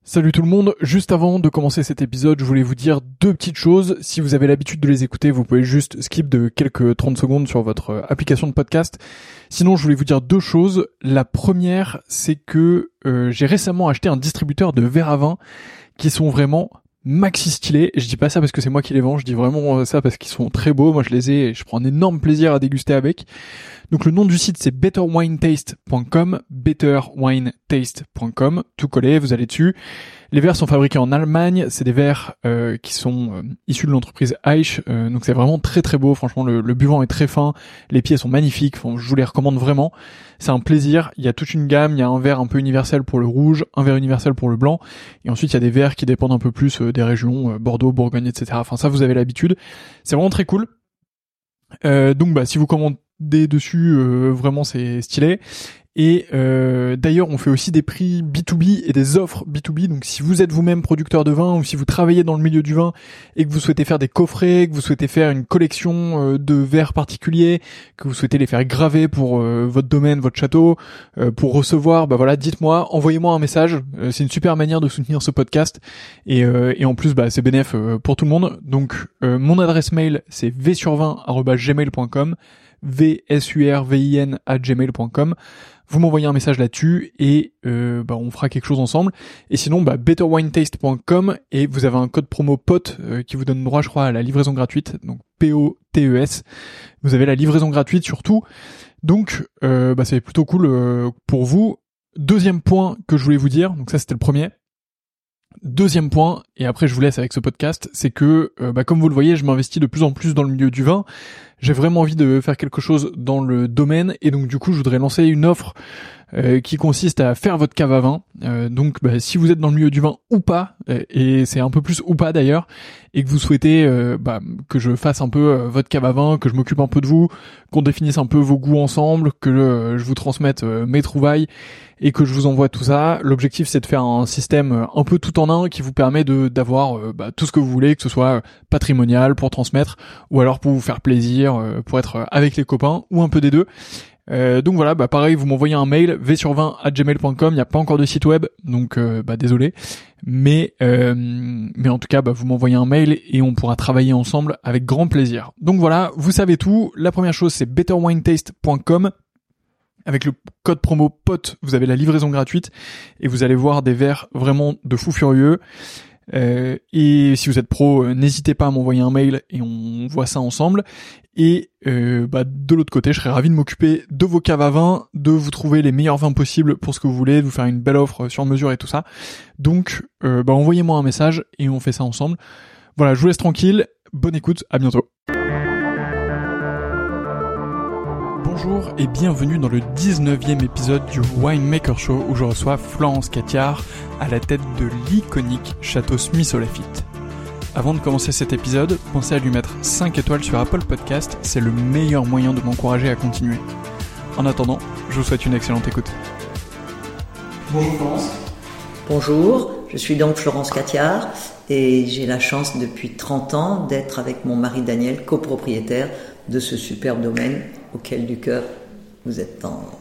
Salut tout le monde, juste avant de commencer cet épisode, je voulais vous dire deux petites choses. Si vous avez l'habitude de les écouter, vous pouvez juste skip de quelques 30 secondes sur votre application de podcast. Sinon, je voulais vous dire deux choses. La première, c'est que j'ai récemment acheté un distributeur de verres à vin qui sont vraiment maxi stylés. Et je dis pas ça parce que c'est moi qui les vends, je dis vraiment ça parce qu'ils sont très beaux. Moi, je les ai et je prends un énorme plaisir à déguster avec. Donc le nom du site c'est betterwinetaste.com, betterwinetaste.com, tout collé, vous allez dessus. Les verres sont fabriqués en Allemagne, c'est des verres qui sont issus de l'entreprise Eich, donc c'est vraiment très très beau, franchement le buvant est très fin, les pieds sont magnifiques, je vous les recommande vraiment, c'est un plaisir, il y a toute une gamme, il y a un verre un peu universel pour le rouge, un verre universel pour le blanc, et ensuite il y a des verres qui dépendent un peu plus des régions, Bordeaux, Bourgogne, etc. Enfin ça vous avez l'habitude, c'est vraiment très cool. Donc si vous commandez dessus, vraiment c'est stylé. Et d'ailleurs on fait aussi des prix B2B et des offres B2B, donc si vous êtes vous-même producteur de vin ou si vous travaillez dans le milieu du vin et que vous souhaitez faire des coffrets, que vous souhaitez faire une collection de verres particuliers, que vous souhaitez les faire graver pour votre domaine, votre château, pour recevoir, dites-moi, envoyez-moi un message, c'est une super manière de soutenir ce podcast et en plus c'est bénéf pour tout le monde. Donc mon adresse mail c'est vsurvin@gmail.com, vsurvin@gmail.com. Vous m'envoyez un message là-dessus et on fera quelque chose ensemble. Et sinon, betterwinetaste.com et vous avez un code promo POTE qui vous donne droit, je crois, à la livraison gratuite. Donc POTES. Vous avez la livraison gratuite surtout. Donc c'est plutôt cool pour vous. Deuxième point que je voulais vous dire, donc ça c'était le premier. Deuxième point, et après je vous laisse avec ce podcast, c'est que comme vous le voyez, je m'investis de plus en plus dans le milieu du vin. J'ai vraiment envie de faire quelque chose dans le domaine et donc du coup je voudrais lancer une offre qui consiste à faire votre cave à vin. Donc si vous êtes dans le milieu du vin ou pas, et c'est un peu plus ou pas d'ailleurs, et que vous souhaitez que je fasse un peu votre cave à vin, que je m'occupe un peu de vous, qu'on définisse un peu vos goûts ensemble, que je vous transmette mes trouvailles et que je vous envoie tout ça. L'objectif c'est de faire un système un peu tout en un qui vous permet d'avoir tout ce que vous voulez, que ce soit patrimonial pour transmettre ou alors pour vous faire plaisir, pour être avec les copains ou un peu des deux. Donc voilà, pareil, vous m'envoyez un mail vsurvin@gmail.com, il n'y a pas encore de site web, donc désolé, mais en tout cas vous m'envoyez un mail et on pourra travailler ensemble avec grand plaisir. Donc voilà, vous savez tout. La première chose c'est betterwinetaste.com. Avec le code promo POTE, vous avez la livraison gratuite et vous allez voir des verres vraiment de fou furieux. Et si vous êtes pro, n'hésitez pas à m'envoyer un mail et on voit ça ensemble. Et de l'autre côté, je serais ravi de m'occuper de vos caves à vin, de vous trouver les meilleurs vins possibles pour ce que vous voulez, de vous faire une belle offre sur mesure et tout ça. Donc envoyez-moi un message et on fait ça ensemble. Voilà, je vous laisse tranquille, bonne écoute, à bientôt. Bonjour et bienvenue dans le 19e épisode du Winemaker Show où je reçois Florence Catiard à la tête de l'iconique château Smith au Lafite. Avant de commencer cet épisode, pensez à lui mettre 5 étoiles sur Apple Podcast, c'est le meilleur moyen de m'encourager à continuer. En attendant, je vous souhaite une excellente écoute. Bonjour Florence. Bonjour, je suis donc Florence Catiard et j'ai la chance depuis 30 ans d'être avec mon mari Daniel, copropriétaire de ce superbe domaine au cœur duquel vous êtes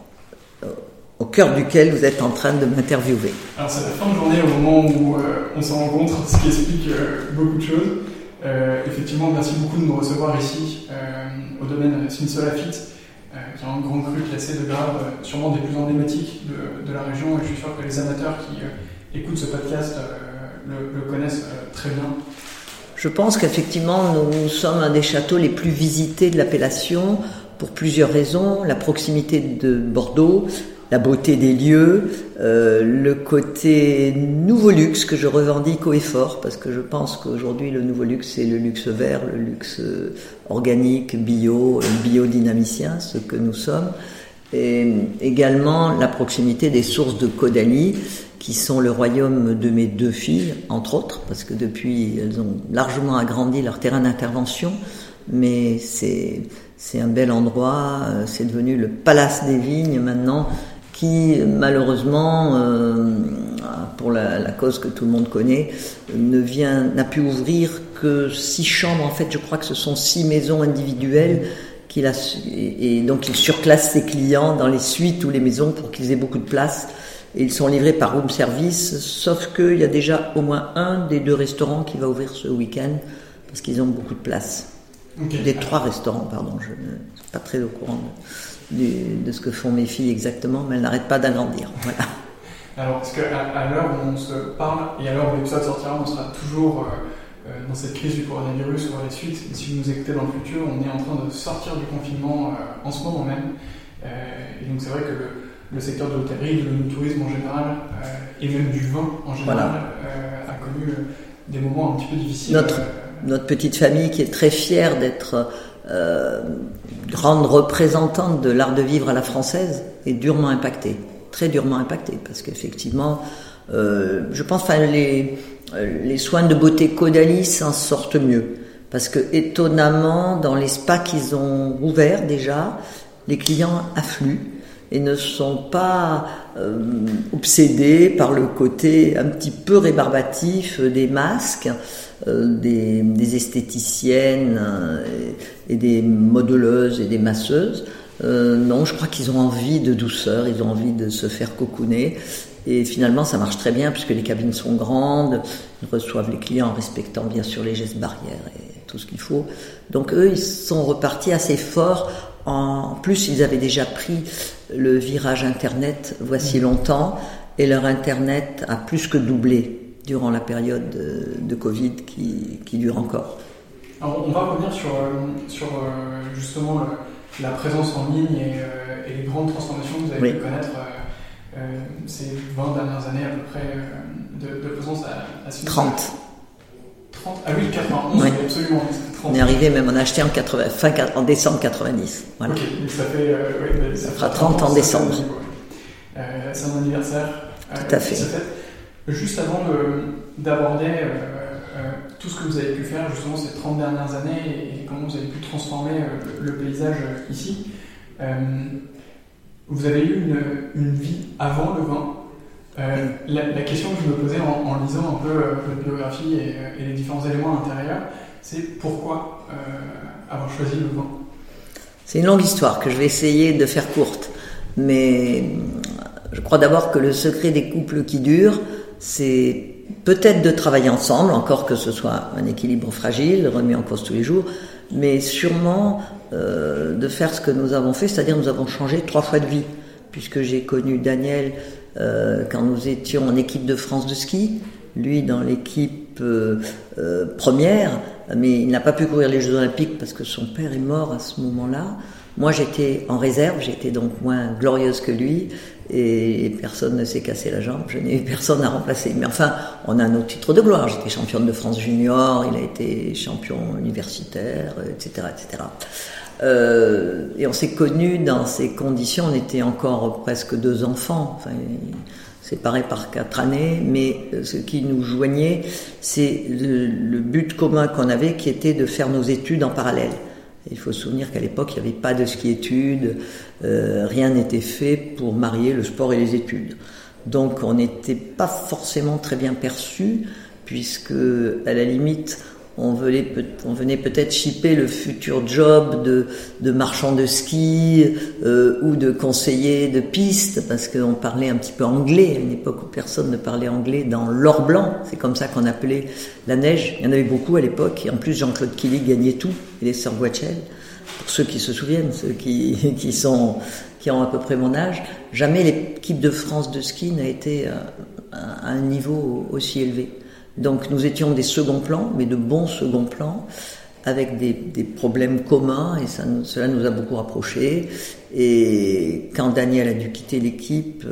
en train de m'interviewer. Alors c'est la fin de journée au moment où on se rencontre, ce qui explique beaucoup de choses. Effectivement, merci beaucoup de nous recevoir ici au domaine Smith au Lafite, qui est un grand cru classé de grave, sûrement des plus emblématiques de la région, et je suis sûr que les amateurs qui écoutent ce podcast le connaissent très bien. Je pense qu'effectivement, nous sommes un des châteaux les plus visités de l'appellation pour plusieurs raisons. La proximité de Bordeaux, la beauté des lieux, le côté nouveau luxe que je revendique haut et fort, parce que je pense qu'aujourd'hui, le nouveau luxe, c'est le luxe vert, le luxe organique, biodynamicien, ce que nous sommes. Et également la proximité des sources de Caudalie, qui sont le royaume de mes deux filles, entre autres, parce que depuis, elles ont largement agrandi leur terrain d'intervention, mais c'est un bel endroit, c'est devenu le palace des vignes maintenant, qui malheureusement, pour la cause que tout le monde connaît, n'a pu ouvrir que 6 chambres. En fait, je crois que ce sont 6 maisons individuelles, et donc il surclasse ses clients dans les suites ou les maisons pour qu'ils aient beaucoup de place. et ils sont livrés par room service, sauf qu'il y a déjà au moins un des 2 restaurants qui va ouvrir ce week-end, parce qu'ils ont beaucoup de place. Okay. Des 3 restaurants, pardon, je ne suis pas très au courant de ce que font mes filles exactement, mais elles n'arrêtent pas d'agrandir. Voilà. Alors, parce qu'à l'heure où on se parle, et à l'heure où l'épisode sortira, on sera toujours dans cette crise du coronavirus ou à la suite. Et si vous nous écoutez dans le futur, on est en train de sortir du confinement en ce moment même. Et donc c'est vrai que le secteur de l'hôtellerie, du tourisme en général, et même du vin en général, a connu des moments un petit peu difficiles. Notre petite famille qui est très fière d'être grande représentante de l'art de vivre à la française est durement impactée, très durement impactée, parce qu'effectivement, je pense que les soins de beauté Caudalie s'en sortent mieux, parce que étonnamment, dans les spas qu'ils ont ouverts déjà, les clients affluent et ne sont pas obsédés par le côté un petit peu rébarbatif des masques, des esthéticiennes et des modeleuses et des masseuses. Non, je crois qu'ils ont envie de douceur, ils ont envie de se faire cocooner. Et finalement, ça marche très bien puisque les cabines sont grandes, ils reçoivent les clients en respectant bien sûr les gestes barrières et tout ce qu'il faut. Donc eux, ils sont repartis assez forts. En plus, ils avaient déjà pris le virage Internet voici longtemps et leur Internet a plus que doublé durant la période de Covid qui dure encore. Alors, on va revenir sur justement la présence en ligne et les grandes transformations que vous avez pu connaître ces 20 dernières années à peu près de présence à ce 30. 30. Ah oui, 91, oui. Absolument. 30. On est arrivé même, on a acheté en décembre 90. Voilà. Ok, ça fait... ça fera 30 en décembre. C'est un anniversaire. Tout à fait. Juste avant d'aborder tout ce que vous avez pu faire justement ces 30 dernières années et comment vous avez pu transformer le paysage ici, vous avez eu une vie avant le vin. La question que je me posais en lisant un peu votre biographie et les différents éléments à l'intérieur, c'est pourquoi avoir choisi le vin? C'est une longue histoire que je vais essayer de faire courte, mais je crois d'abord que le secret des couples qui durent, c'est peut-être de travailler ensemble, encore que ce soit un équilibre fragile, remis en cause tous les jours, mais sûrement de faire ce que nous avons fait, c'est-à-dire nous avons changé 3 fois de vie, puisque j'ai connu Daniel quand nous étions en équipe de France de ski, lui dans l'équipe première, mais il n'a pas pu courir les Jeux Olympiques parce que son père est mort à ce moment-là. Moi j'étais en réserve, j'étais donc moins glorieuse que lui, et personne ne s'est cassé la jambe, je n'ai eu personne à remplacer. Mais enfin, on a nos titres de gloire. J'étais championne de France junior, il a été champion universitaire, etc., etc. Et on s'est connus dans ces conditions. On était encore presque 2 enfants, enfin, séparés par 4 années. Mais ce qui nous joignait, c'est le but commun qu'on avait, qui était de faire nos études en parallèle. Il faut se souvenir qu'à l'époque, il n'y avait pas de ski-études, rien n'était fait pour marier le sport et les études. Donc on n'était pas forcément très bien perçus, puisque à la limite, on venait peut-être shipper le futur job de marchand de ski ou de conseiller de piste, parce qu'on parlait un petit peu anglais, à une époque où personne ne parlait anglais dans l'or blanc, c'est comme ça qu'on appelait la neige. Il y en avait beaucoup à l'époque, et en plus Jean-Claude Killy gagnait tout, et les sœurs Boitchel, pour ceux qui se souviennent, ceux qui ont à peu près mon âge, jamais l'équipe de France de ski n'a été à un niveau aussi élevé. Donc nous étions des seconds plans, mais de bons seconds plans, avec des problèmes communs, et cela nous a beaucoup rapprochés. Et quand Daniel a dû quitter l'équipe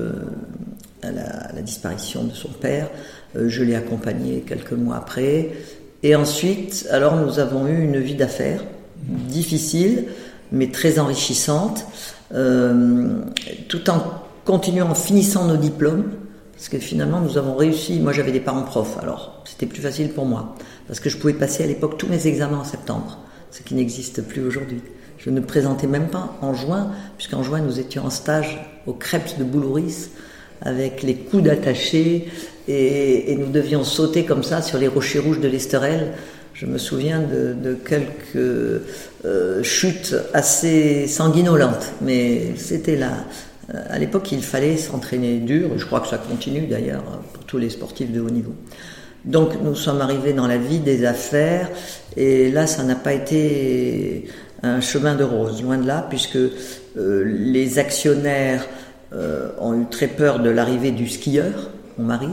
à la disparition de son père, je l'ai accompagné quelques mois après. Et ensuite, alors nous avons eu une vie d'affaires difficile, mais très enrichissante, tout en continuant, en finissant nos diplômes. Parce que finalement, nous avons réussi. Moi, j'avais des parents profs, alors c'était plus facile pour moi. Parce que je pouvais passer à l'époque tous mes examens en septembre, ce qui n'existe plus aujourd'hui. Je ne présentais même pas en juin, puisqu'en juin, nous étions en stage au Crêpes de Boulouris, avec les coudes attachés, et nous devions sauter comme ça sur les rochers rouges de l'Esterel. Je me souviens de quelques chutes assez sanguinolentes, mais c'était là. À l'époque, il fallait s'entraîner dur. Je crois que ça continue d'ailleurs pour tous les sportifs de haut niveau. Donc nous sommes arrivés dans la vie des affaires et là ça n'a pas été un chemin de rose, loin de là, puisque les actionnaires ont eu très peur de l'arrivée du skieur, mon mari,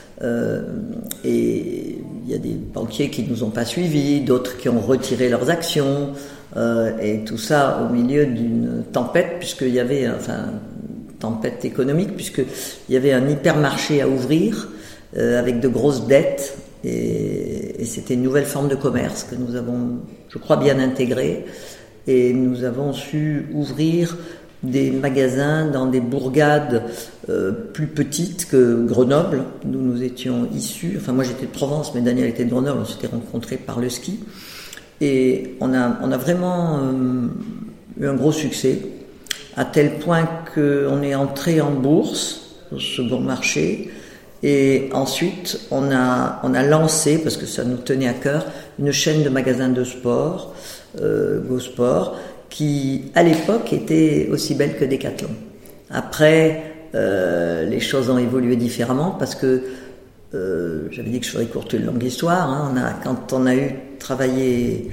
et il y a des banquiers qui ne nous ont pas suivis, d'autres qui ont retiré leurs actions, et tout ça au milieu d'une tempête, puisqu'il y avait tempête économique, puisqu'il y avait un hypermarché à ouvrir, avec de grosses dettes, et c'était une nouvelle forme de commerce que nous avons, je crois, bien intégrée, et nous avons su ouvrir des magasins dans des bourgades plus petites que Grenoble, d'où nous étions issus. Enfin, moi j'étais de Provence, mais Daniel était de Grenoble, on s'était rencontrés par le ski, et on a vraiment eu un gros succès, à tel point qu'on est entré en bourse au second marché. Et ensuite, on a lancé, parce que ça nous tenait à cœur, une chaîne de magasins de sport, Go Sport, qui, à l'époque, était aussi belle que Decathlon. Après, les choses ont évolué différemment, parce que j'avais dit que je ferais courte une longue histoire. Hein, quand on a eu travaillé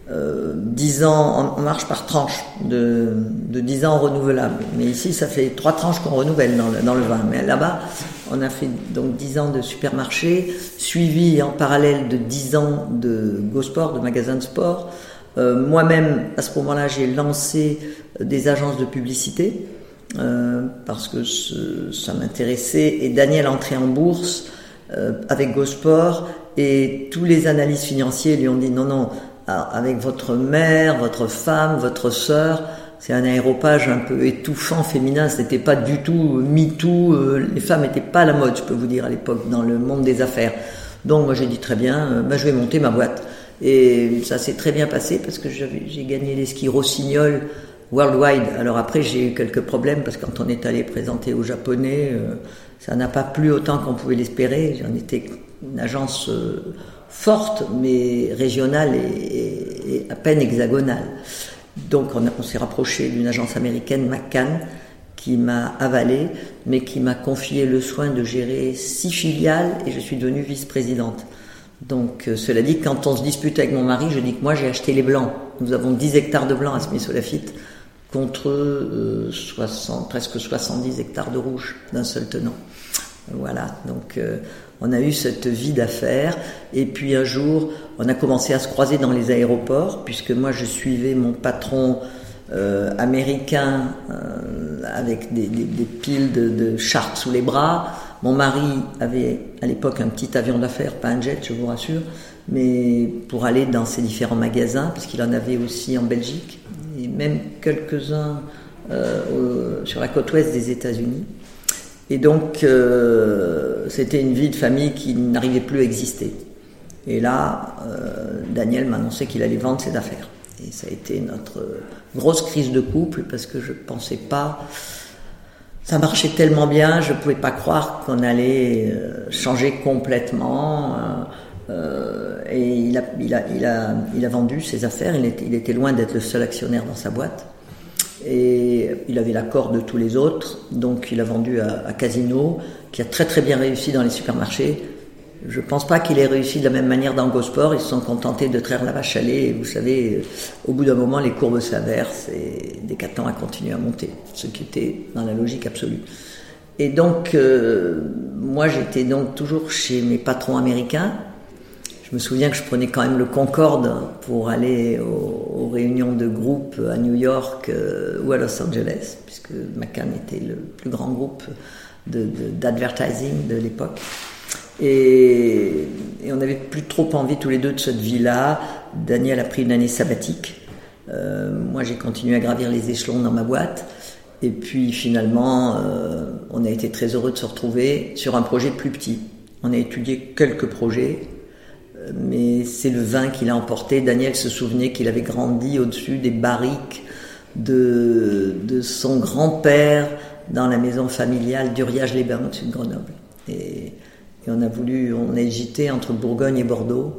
10 ans, on marche par tranche de 10 ans renouvelables. Mais ici, ça fait 3 tranches qu'on renouvelle dans le vin. Mais là-bas, on a fait donc 10 ans de supermarché, suivi en parallèle de 10 ans de Go Sport, de magasins de sport. Moi-même, à ce moment-là, j'ai lancé des agences de publicité parce que ça m'intéressait. Et Daniel entrait en bourse avec Go Sport et tous les analystes financiers lui ont dit non, avec votre mère, votre femme, votre sœur, c'est un aéropage un peu étouffant, féminin, c'était pas du tout MeToo, les femmes n'étaient pas à la mode, je peux vous dire, à l'époque, dans le monde des affaires. Donc moi j'ai dit très bien, je vais monter ma boîte. Et ça s'est très bien passé parce que j'ai gagné les skis Rossignol Worldwide. Alors après j'ai eu quelques problèmes parce que quand on est allé présenter aux Japonais, ça n'a pas plu autant qu'on pouvait l'espérer. J'en étais une agence forte mais régionale et à peine hexagonale. Donc on s'est rapproché d'une agence américaine, McCann, qui m'a avalé, mais qui m'a confié le soin de gérer 6 filiales et je suis devenue vice-présidente. Donc cela dit, quand on se dispute avec mon mari, je dis que moi j'ai acheté les blancs. Nous avons 10 hectares de blancs à Smith-Lafitte contre presque 70 hectares de rouge d'un seul tenant. Voilà, donc on a eu cette vie d'affaires et puis un jour on a commencé à se croiser dans les aéroports puisque moi je suivais mon patron américain avec des piles de chartes sous les bras. Mon mari avait à l'époque un petit avion d'affaires, pas un jet je vous rassure, mais pour aller dans ces différents magasins parce qu'il en avait aussi en Belgique et même quelques-uns sur la côte ouest des États-Unis. Et donc, c'était une vie de famille qui n'arrivait plus à exister. Et là, Daniel m'a annoncé qu'il allait vendre ses affaires. Et ça a été notre grosse crise de couple parce que je pensais pas... Ça marchait tellement bien, je pouvais pas croire qu'on allait changer complètement. Et il a vendu ses affaires. Il était loin d'être le seul actionnaire dans sa boîte. Et il avait l'accord de tous les autres, donc il a vendu à Casino, qui a très très bien réussi dans les supermarchés. Je pense pas qu'il ait réussi de la même manière dans Go Sport. Ils se sont contentés de traire la vache à lait. Et vous savez, au bout d'un moment, les courbes s'inversent et Decathlon a continué à monter, ce qui était dans la logique absolue. Et donc, moi, j'étais donc toujours chez mes patrons américains. Je me souviens que je prenais quand même le Concorde pour aller aux réunions de groupe à New York ou à Los Angeles, puisque McCann était le plus grand groupe d'advertising de l'époque. Et on n'avait plus trop envie tous les deux de cette vie-là. Daniel a pris une année sabbatique. Moi, j'ai continué à gravir les échelons dans ma boîte. Et puis finalement, on a été très heureux de se retrouver sur un projet plus petit. On a étudié quelques projets, mais c'est le vin qui l'a emporté. Daniel se souvenait qu'il avait grandi au-dessus des barriques de son grand-père dans la maison familiale d'Uriage-les-Bains, au-dessus de Grenoble. Et on a hésité entre Bourgogne et Bordeaux.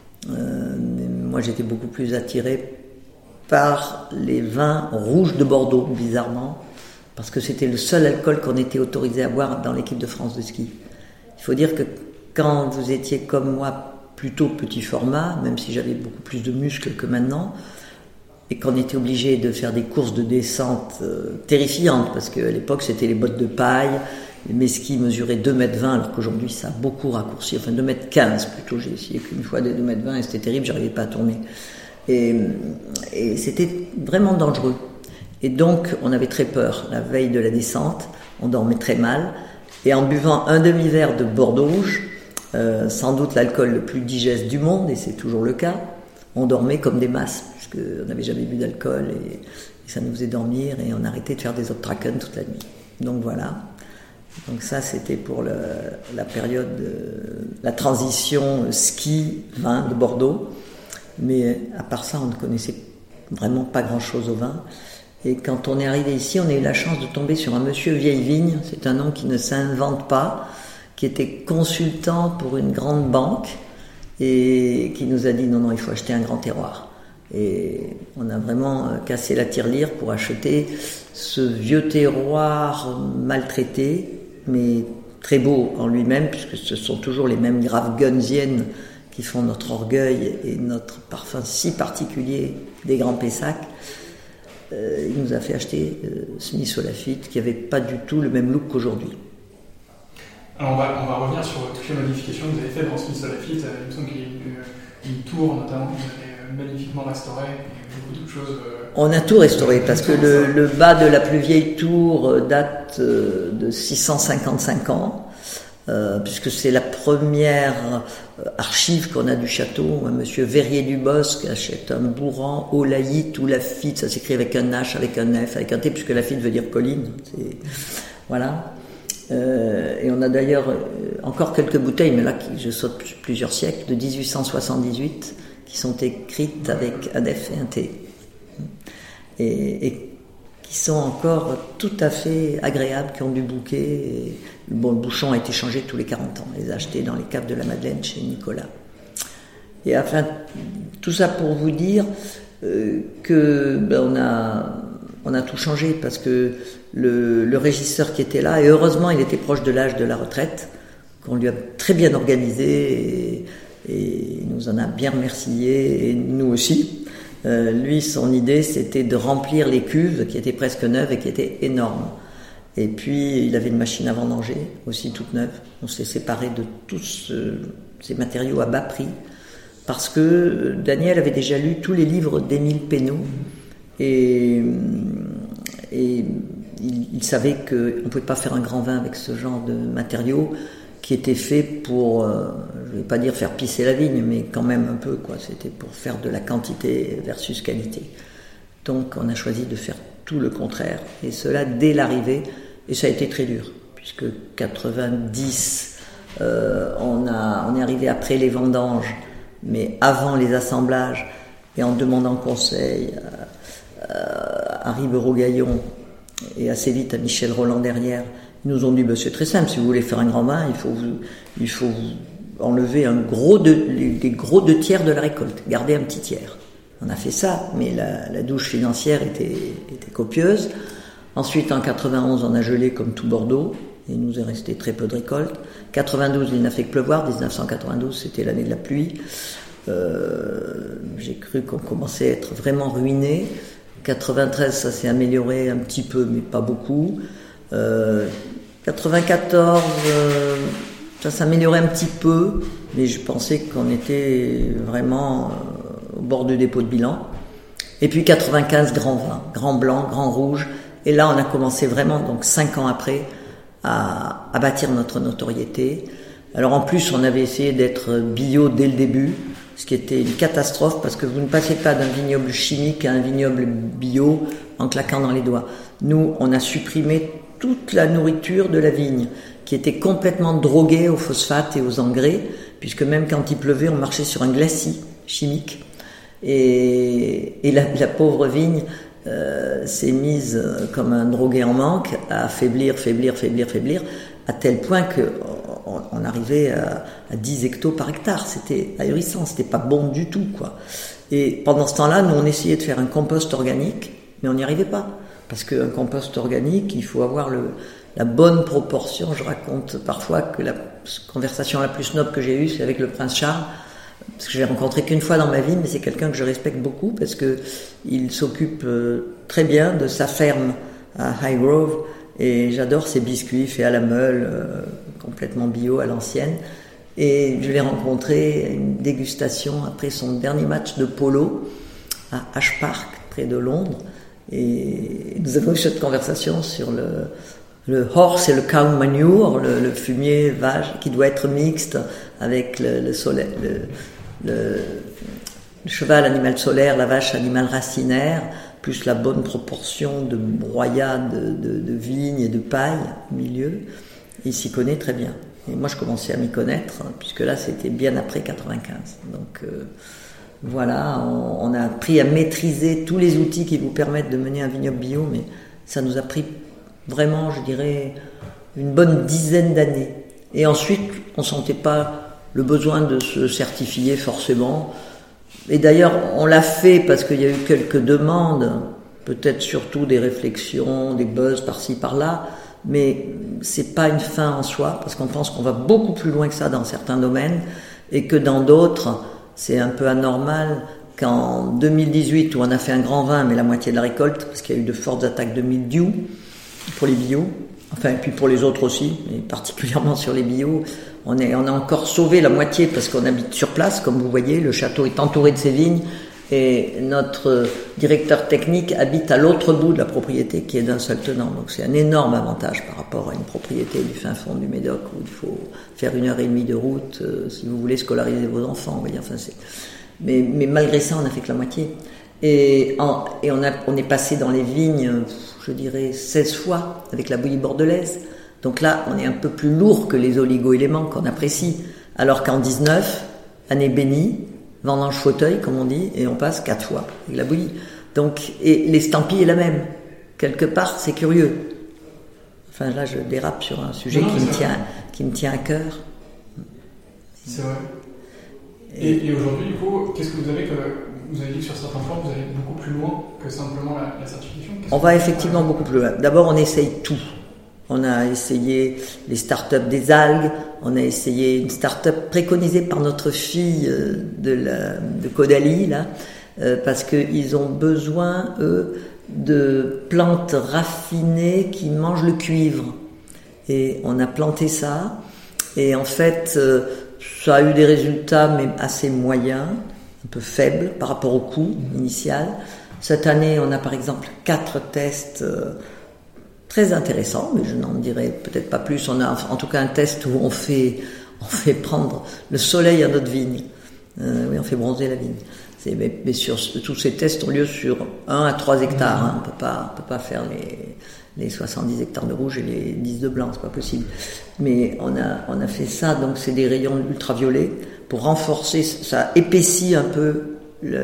Moi, j'étais beaucoup plus attiré par les vins rouges de Bordeaux, bizarrement. parce que c'était le seul alcool qu'on était autorisé à boire dans l'équipe de France de ski. Il faut dire que quand vous étiez comme moi, plutôt petit format, même si j'avais beaucoup plus de muscles que maintenant, et qu'on était obligé de faire des courses de descente terrifiantes, parce qu'à l'époque c'était les bottes de paille, mes skis mesuraient 2,20 m, alors qu'aujourd'hui ça a beaucoup raccourci, enfin 2,15 m plutôt, j'ai essayé qu'une fois des 2,20 m et c'était terrible, j'arrivais pas à tourner. Et c'était vraiment dangereux. Et donc on avait très peur, la veille de la descente, on dormait très mal, et en buvant un demi-verre de Bordeaux rouge, sans doute l'alcool le plus digeste du monde, et c'est toujours le cas, on dormait comme des masses, puisqu'on n'avait jamais bu d'alcool, et ça nous faisait dormir, et on arrêtait de faire des Obtraken toute la nuit. Donc voilà. Donc ça, c'était pour la période, la transition ski-vin de Bordeaux. Mais à part ça, on ne connaissait vraiment pas grand-chose au vin. Et quand on est arrivé ici, on a eu la chance de tomber sur un monsieur Vieille Vigne. C'est un nom qui ne s'invente pas, qui était consultant pour une grande banque et qui nous a dit non, il faut acheter un grand terroir. Et on a vraiment cassé la tirelire pour acheter ce vieux terroir maltraité, mais très beau en lui-même, puisque ce sont toujours les mêmes graves gunsiennes qui font notre orgueil et notre parfum si particulier des Grands Pessac. Il nous a fait acheter Smith Olafite, qui n'avait pas du tout le même look qu'aujourd'hui. Alors on va revenir sur toutes les modifications que vous avez faites dans Smith Olafite. Il me semble qu'il y a une tour notamment que vous avez magnifiquement restaurée et beaucoup d'autres choses. On a tout restauré parce que le bas de la plus vieille tour date de 655 ans, puisque c'est la première archive qu'on a du château. Monsieur Verrier du Bosc achète un bourran au Laït ou Lafite, ça s'écrit avec un H, avec un F, avec un T, puisque Lafite veut dire colline. Voilà. Et on a d'ailleurs encore quelques bouteilles, mais là je saute plusieurs siècles, de 1878, qui sont écrites avec un F et un T, et qui sont encore tout à fait agréables, qui ont du bouquet. Et, le bouchon a été changé tous les 40 ans, les a achetés dans les caves de la Madeleine chez Nicolas. Et enfin, tout ça pour vous dire que on a tout changé, parce que le régisseur qui était là, et heureusement il était proche de l'âge de la retraite, qu'on lui a très bien organisé, et il nous en a bien remercié, et nous aussi. Lui, son idée, c'était de remplir les cuves qui étaient presque neuves et qui étaient énormes. Et puis, il avait une machine à vendanger, aussi toute neuve. On s'est séparés de tous ces matériaux à bas prix, parce que Daniel avait déjà lu tous les livres d'Émile Pénaud, et il savait qu'on ne pouvait pas faire un grand vin avec ce genre de matériaux qui étaient faits pour, je ne vais pas dire faire pisser la vigne, mais quand même un peu, quoi. C'était pour faire de la quantité versus qualité. Donc on a choisi de faire tout le contraire, et cela dès l'arrivée, et ça a été très dur, puisque 90, on est arrivé après les vendanges, mais avant les assemblages, et en demandant conseil à Ribeiro-Gaillon et assez vite à Michel Roland derrière. Ils nous ont dit c'est très simple, si vous voulez faire un grand vin, il faut enlever les gros 2 tiers de la récolte, garder un petit tiers. On a fait ça, mais la douche financière était copieuse. Ensuite, en 91, on a gelé comme tout Bordeaux, et il nous est resté très peu de récolte. 92, il n'a fait que pleuvoir. 1992, c'était l'année de la pluie. J'ai cru qu'on commençait à être vraiment ruiné. 93, ça s'est amélioré un petit peu, mais pas beaucoup. 94, ça s'améliorait un petit peu, mais je pensais qu'on était vraiment au bord du dépôt de bilan. Et puis 95, grand vin, grand blanc, grand rouge. Et là, on a commencé vraiment, donc 5 ans après, à bâtir notre notoriété. Alors en plus, on avait essayé d'être bio dès le début, ce qui était une catastrophe, parce que vous ne passez pas d'un vignoble chimique à un vignoble bio en claquant dans les doigts. Nous, on a supprimé toute la nourriture de la vigne, qui était complètement droguée au phosphate et aux engrais, puisque même quand il pleuvait, on marchait sur un glacis chimique. Et la pauvre vigne s'est mise comme un drogué en manque à faiblir, à tel point qu'on arrivait à 10 hectos par hectare. C'était ahurissant, c'était pas bon du tout, quoi. Et pendant ce temps-là, nous on essayait de faire un compost organique, mais on n'y arrivait pas. parce qu'un compost organique, il faut avoir la bonne proportion. Je raconte parfois que la conversation la plus snob que j'ai eue, c'est avec le prince Charles, parce que je l'ai rencontré qu'une fois dans ma vie, mais c'est quelqu'un que je respecte beaucoup, parce que il s'occupe très bien de sa ferme à Highgrove, et j'adore ses biscuits faits à la meule, complètement bio à l'ancienne. Et je l'ai rencontré à une dégustation après son dernier match de polo à Ash Park, près de Londres, et nous avons eu cette conversation sur le horse et le cow manure, le fumier vache qui doit être mixte avec le cheval animal solaire, la vache animal racinaire, plus la bonne proportion de broyade de vigne et de paille au milieu. Il s'y connaît très bien. Et moi, je commençais à m'y connaître, puisque là, c'était bien après 95. Donc, voilà, on a appris à maîtriser tous les outils qui vous permettent de mener un vignoble bio, mais ça nous a pris vraiment, je dirais, une bonne dizaine d'années. Et ensuite, on ne sentait pas le besoin de se certifier forcément. Et d'ailleurs, on l'a fait parce qu'il y a eu quelques demandes, peut-être surtout des réflexions, des buzz par-ci, par-là, mais c'est pas une fin en soi, parce qu'on pense qu'on va beaucoup plus loin que ça dans certains domaines, et que dans d'autres, c'est un peu anormal qu'en 2018, où on a fait un grand vin, mais la moitié de la récolte, parce qu'il y a eu de fortes attaques de mildiou pour les bio, enfin, et puis pour les autres aussi, mais particulièrement sur les bio, on a encore sauvé la moitié parce qu'on habite sur place, comme vous voyez, le château est entouré de ses vignes, et notre directeur technique habite à l'autre bout de la propriété qui est d'un seul tenant. Donc c'est un énorme avantage par rapport à une propriété du fin fond du Médoc où il faut faire 1h30 de route si vous voulez scolariser vos enfants. Vous voyez, enfin, mais malgré ça, on n'a fait que la moitié. Et on est passé dans les vignes, je dirais, 16 fois avec la bouillie bordelaise. Donc là, on est un peu plus lourd que les oligo-éléments qu'on apprécie. Alors qu'en 19, année bénie, vendange fauteuil, comme on dit, et on passe 4 fois avec la bouillie. Donc, et l'estampille est la même. Quelque part, c'est curieux. Enfin, là, je dérape sur un sujet qui me tient à cœur. C'est vrai. Et aujourd'hui, du coup, qu'est-ce que vous avez vous avez dit que sur certains points, vous allez beaucoup plus loin que simplement la certification. On va effectivement beaucoup plus loin. D'abord, on essaye tout. On a essayé les startups des algues, on a essayé une startup préconisée par notre fille de Caudalie, là, parce qu'ils ont besoin, eux, de plantes raffinées qui mangent le cuivre. Et on a planté ça, et en fait, ça a eu des résultats, mais assez moyens, un peu faibles par rapport au coût initial. Cette année, on a par exemple 4 tests très intéressant, mais je n'en dirai peut-être pas plus. On a en tout cas un test où on fait prendre le soleil à notre vigne. Oui, on fait bronzer la vigne. Mais sur tous ces tests ont lieu sur 1 à 3 hectares. Hein. On peut pas faire les 70 hectares de rouge et les 10 de blanc, c'est pas possible. Mais on a fait ça, donc c'est des rayons ultraviolets pour renforcer, ça épaissit un peu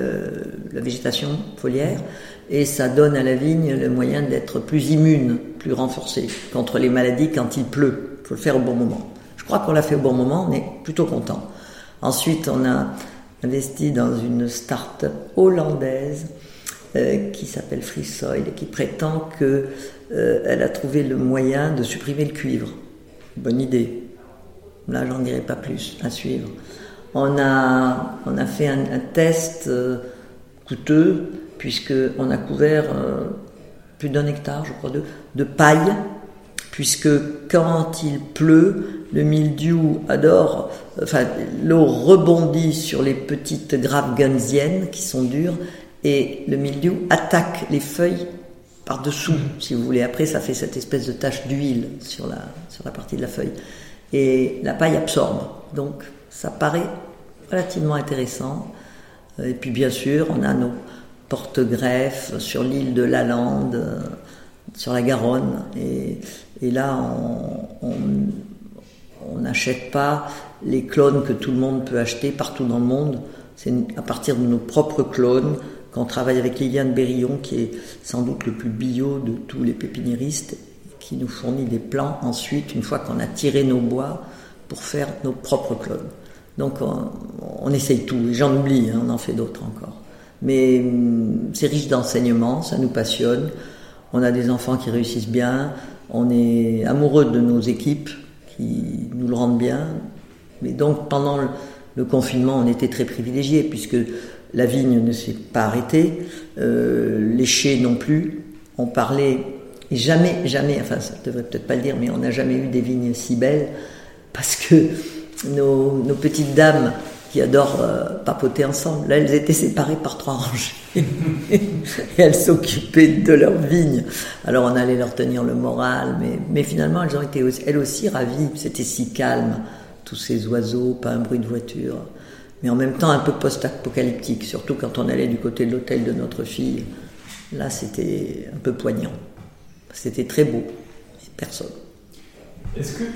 la végétation foliaire. Et ça donne à la vigne le moyen d'être plus immune, plus renforcée contre les maladies quand il pleut. Il faut le faire au bon moment. Je crois qu'on l'a fait au bon moment, on est plutôt content. Ensuite, on a investi dans une start-up hollandaise qui s'appelle Free Soil et qui prétend qu'elle a trouvé le moyen de supprimer le cuivre. Bonne idée. Là, j'en dirai pas plus, à suivre. On a fait un test coûteux, puisqu'on a couvert plus d'1 hectare, je crois, de paille, puisque quand il pleut, le mildiou adore, enfin, l'eau rebondit sur les petites grappes gunsiennes qui sont dures, et le mildiou attaque les feuilles par-dessous, si vous voulez. Après, ça fait cette espèce de tache d'huile sur la partie de la feuille. Et la paille absorbe. Donc, ça paraît relativement intéressant. Et puis, bien sûr, on a nos porte-greffes sur l'île de Lalande, sur la Garonne, et là on n'achète pas les clones que tout le monde peut acheter partout dans le monde. C'est à partir de nos propres clones qu'on travaille avec Liliane Berillon, qui est sans doute le plus bio de tous les pépiniéristes, qui nous fournit des plants ensuite, une fois qu'on a tiré nos bois, pour faire nos propres clones. Donc on essaye tout, et j'en oublie, on en fait d'autres encore. Mais c'est riche d'enseignements, ça nous passionne. On a des enfants qui réussissent bien, on est amoureux de nos équipes qui nous le rendent bien. Mais donc pendant le confinement, on était très privilégiés puisque la vigne ne s'est pas arrêtée, les chais non plus. On parlait jamais, enfin ça ne devrait peut-être pas le dire, mais on n'a jamais eu des vignes si belles parce que nos petites dames qui adorent papoter ensemble, là elles étaient séparées par 3 rangées et elles s'occupaient de leurs vignes. Alors on allait leur tenir le moral, mais finalement elles ont été elles aussi ravies. C'était si calme, tous ces oiseaux, pas un bruit de voiture, mais en même temps un peu post-apocalyptique, surtout quand on allait du côté de l'hôtel de notre fille. Là c'était un peu poignant. C'était très beau, personne. Est-ce que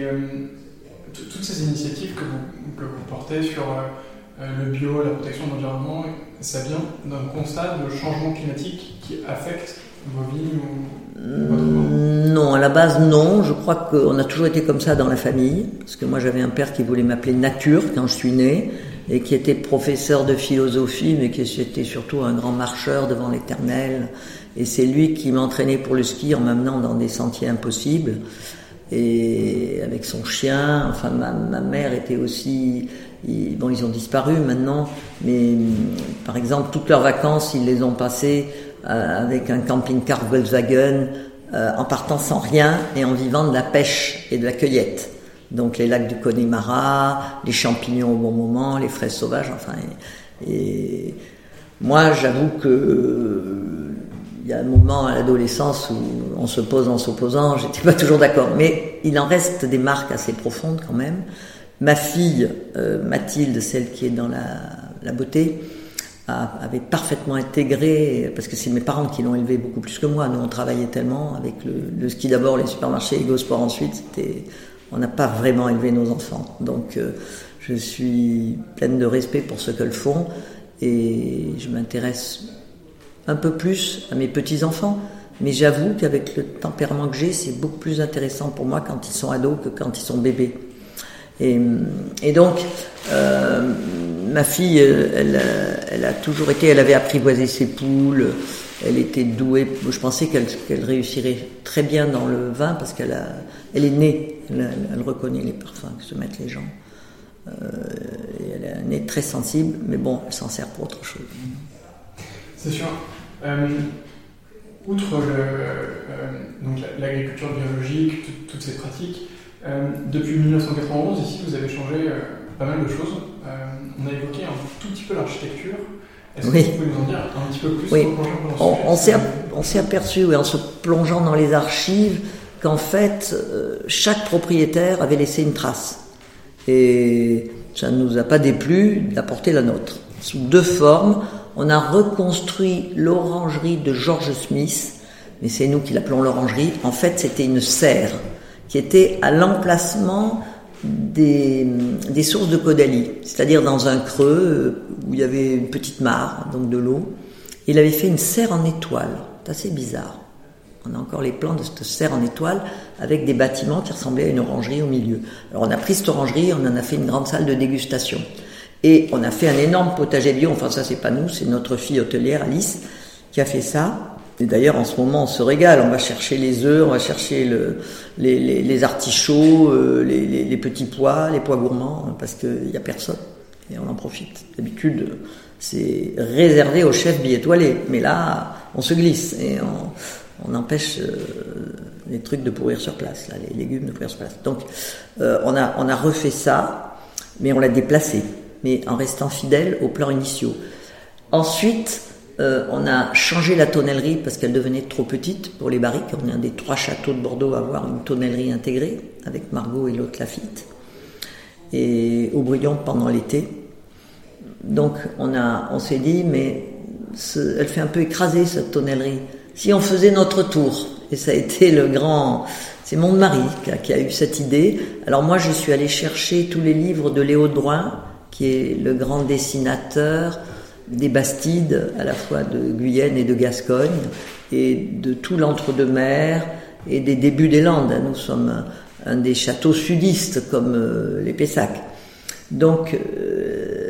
toutes ces initiatives que vous portez sur le bio, la protection de l'environnement, ça vient d'un constat de changement climatique qui affecte vos vignes ou votre monde ? Non, à la base non. Je crois qu'on a toujours été comme ça dans la famille, parce que moi j'avais un père qui voulait m'appeler Nature quand je suis née, et qui était professeur de philosophie, mais qui était surtout un grand marcheur devant l'Éternel. Et c'est lui qui m'entraînait pour le ski en m'amenant dans des sentiers impossibles. Et avec son chien, enfin ma mère était aussi... Bon, ils ont disparu maintenant, mais par exemple, toutes leurs vacances, ils les ont passées avec un camping-car Volkswagen, en partant sans rien et en vivant de la pêche et de la cueillette. Donc les lacs du Connemara, les champignons au bon moment, les fraises sauvages, enfin... Et moi, j'avoue que... Il y a un moment à l'adolescence où on se pose en s'opposant, j'étais pas toujours d'accord, mais il en reste des marques assez profondes quand même. Ma fille, Mathilde, celle qui est dans la beauté, avait parfaitement intégré, parce que c'est mes parents qui l'ont élevée beaucoup plus que moi. Nous, on travaillait tellement avec le ski d'abord, les supermarchés, Ego Sport ensuite. On n'a pas vraiment élevé nos enfants. Donc, je suis pleine de respect pour ce qu'elles font et je m'intéresse un peu plus à mes petits-enfants. Mais j'avoue qu'avec le tempérament que j'ai, c'est beaucoup plus intéressant pour moi quand ils sont ados que quand ils sont bébés. Et donc, ma fille, elle a toujours été, elle avait apprivoisé ses poules, elle était douée. Je pensais qu'elle réussirait très bien dans le vin parce elle est née, elle reconnaît les parfums que se mettent les gens. Et elle a un nez très sensible, mais bon, elle s'en sert pour autre chose. C'est sûr. Outre donc l'agriculture biologique, toutes ces pratiques, depuis 1991, ici, vous avez changé pas mal de choses. On a évoqué un tout petit peu l'architecture. Est-ce que vous pouvez nous en dire un petit peu plus? Oui. On s'est aperçu, en se plongeant dans les archives, qu'en fait, chaque propriétaire avait laissé une trace. Et ça ne nous a pas déplu d'apporter la nôtre. Sous 2 formes, on a reconstruit l'orangerie de George Smith, mais c'est nous qui l'appelons l'orangerie. En fait, c'était une serre qui était à l'emplacement des sources de Caudalie, c'est-à-dire dans un creux où il y avait une petite mare, donc de l'eau. Il avait fait une serre en étoile, c'est assez bizarre. On a encore les plans de cette serre en étoile avec des bâtiments qui ressemblaient à une orangerie au milieu. Alors on a pris cette orangerie, on en a fait une grande salle de dégustation. Et on a fait un énorme potager bio, enfin ça c'est pas nous, c'est notre fille hôtelière Alice qui a fait ça. Et d'ailleurs en ce moment on se régale, on va chercher les œufs, on va chercher les artichauts, les petits pois, les pois gourmands, parce qu'il y a personne. Et on en profite. D'habitude c'est réservé aux chefs bi-étoilés, mais là on se glisse et on empêche les trucs de pourrir sur place, là, les légumes de pourrir sur place. Donc on a refait ça, mais on l'a déplacé, mais en restant fidèle aux plans initiaux. Ensuite, on a changé la tonnellerie parce qu'elle devenait trop petite pour les barriques. On est un des 3 châteaux de Bordeaux à avoir une tonnellerie intégrée avec Margaux et l'autre Lafitte et Aubryon pendant l'été. Donc on s'est dit mais elle fait un peu écraser cette tonnellerie. Si on faisait notre tour, et ça a été c'est mon mari qui a eu cette idée. Alors moi je suis allée chercher tous les livres de Léo Drouin, qui est le grand dessinateur des Bastides, à la fois de Guyenne et de Gascogne, et de tout l'entre-deux-mer, et des débuts des Landes. Nous sommes un des châteaux sudistes, comme les Pessac. Donc,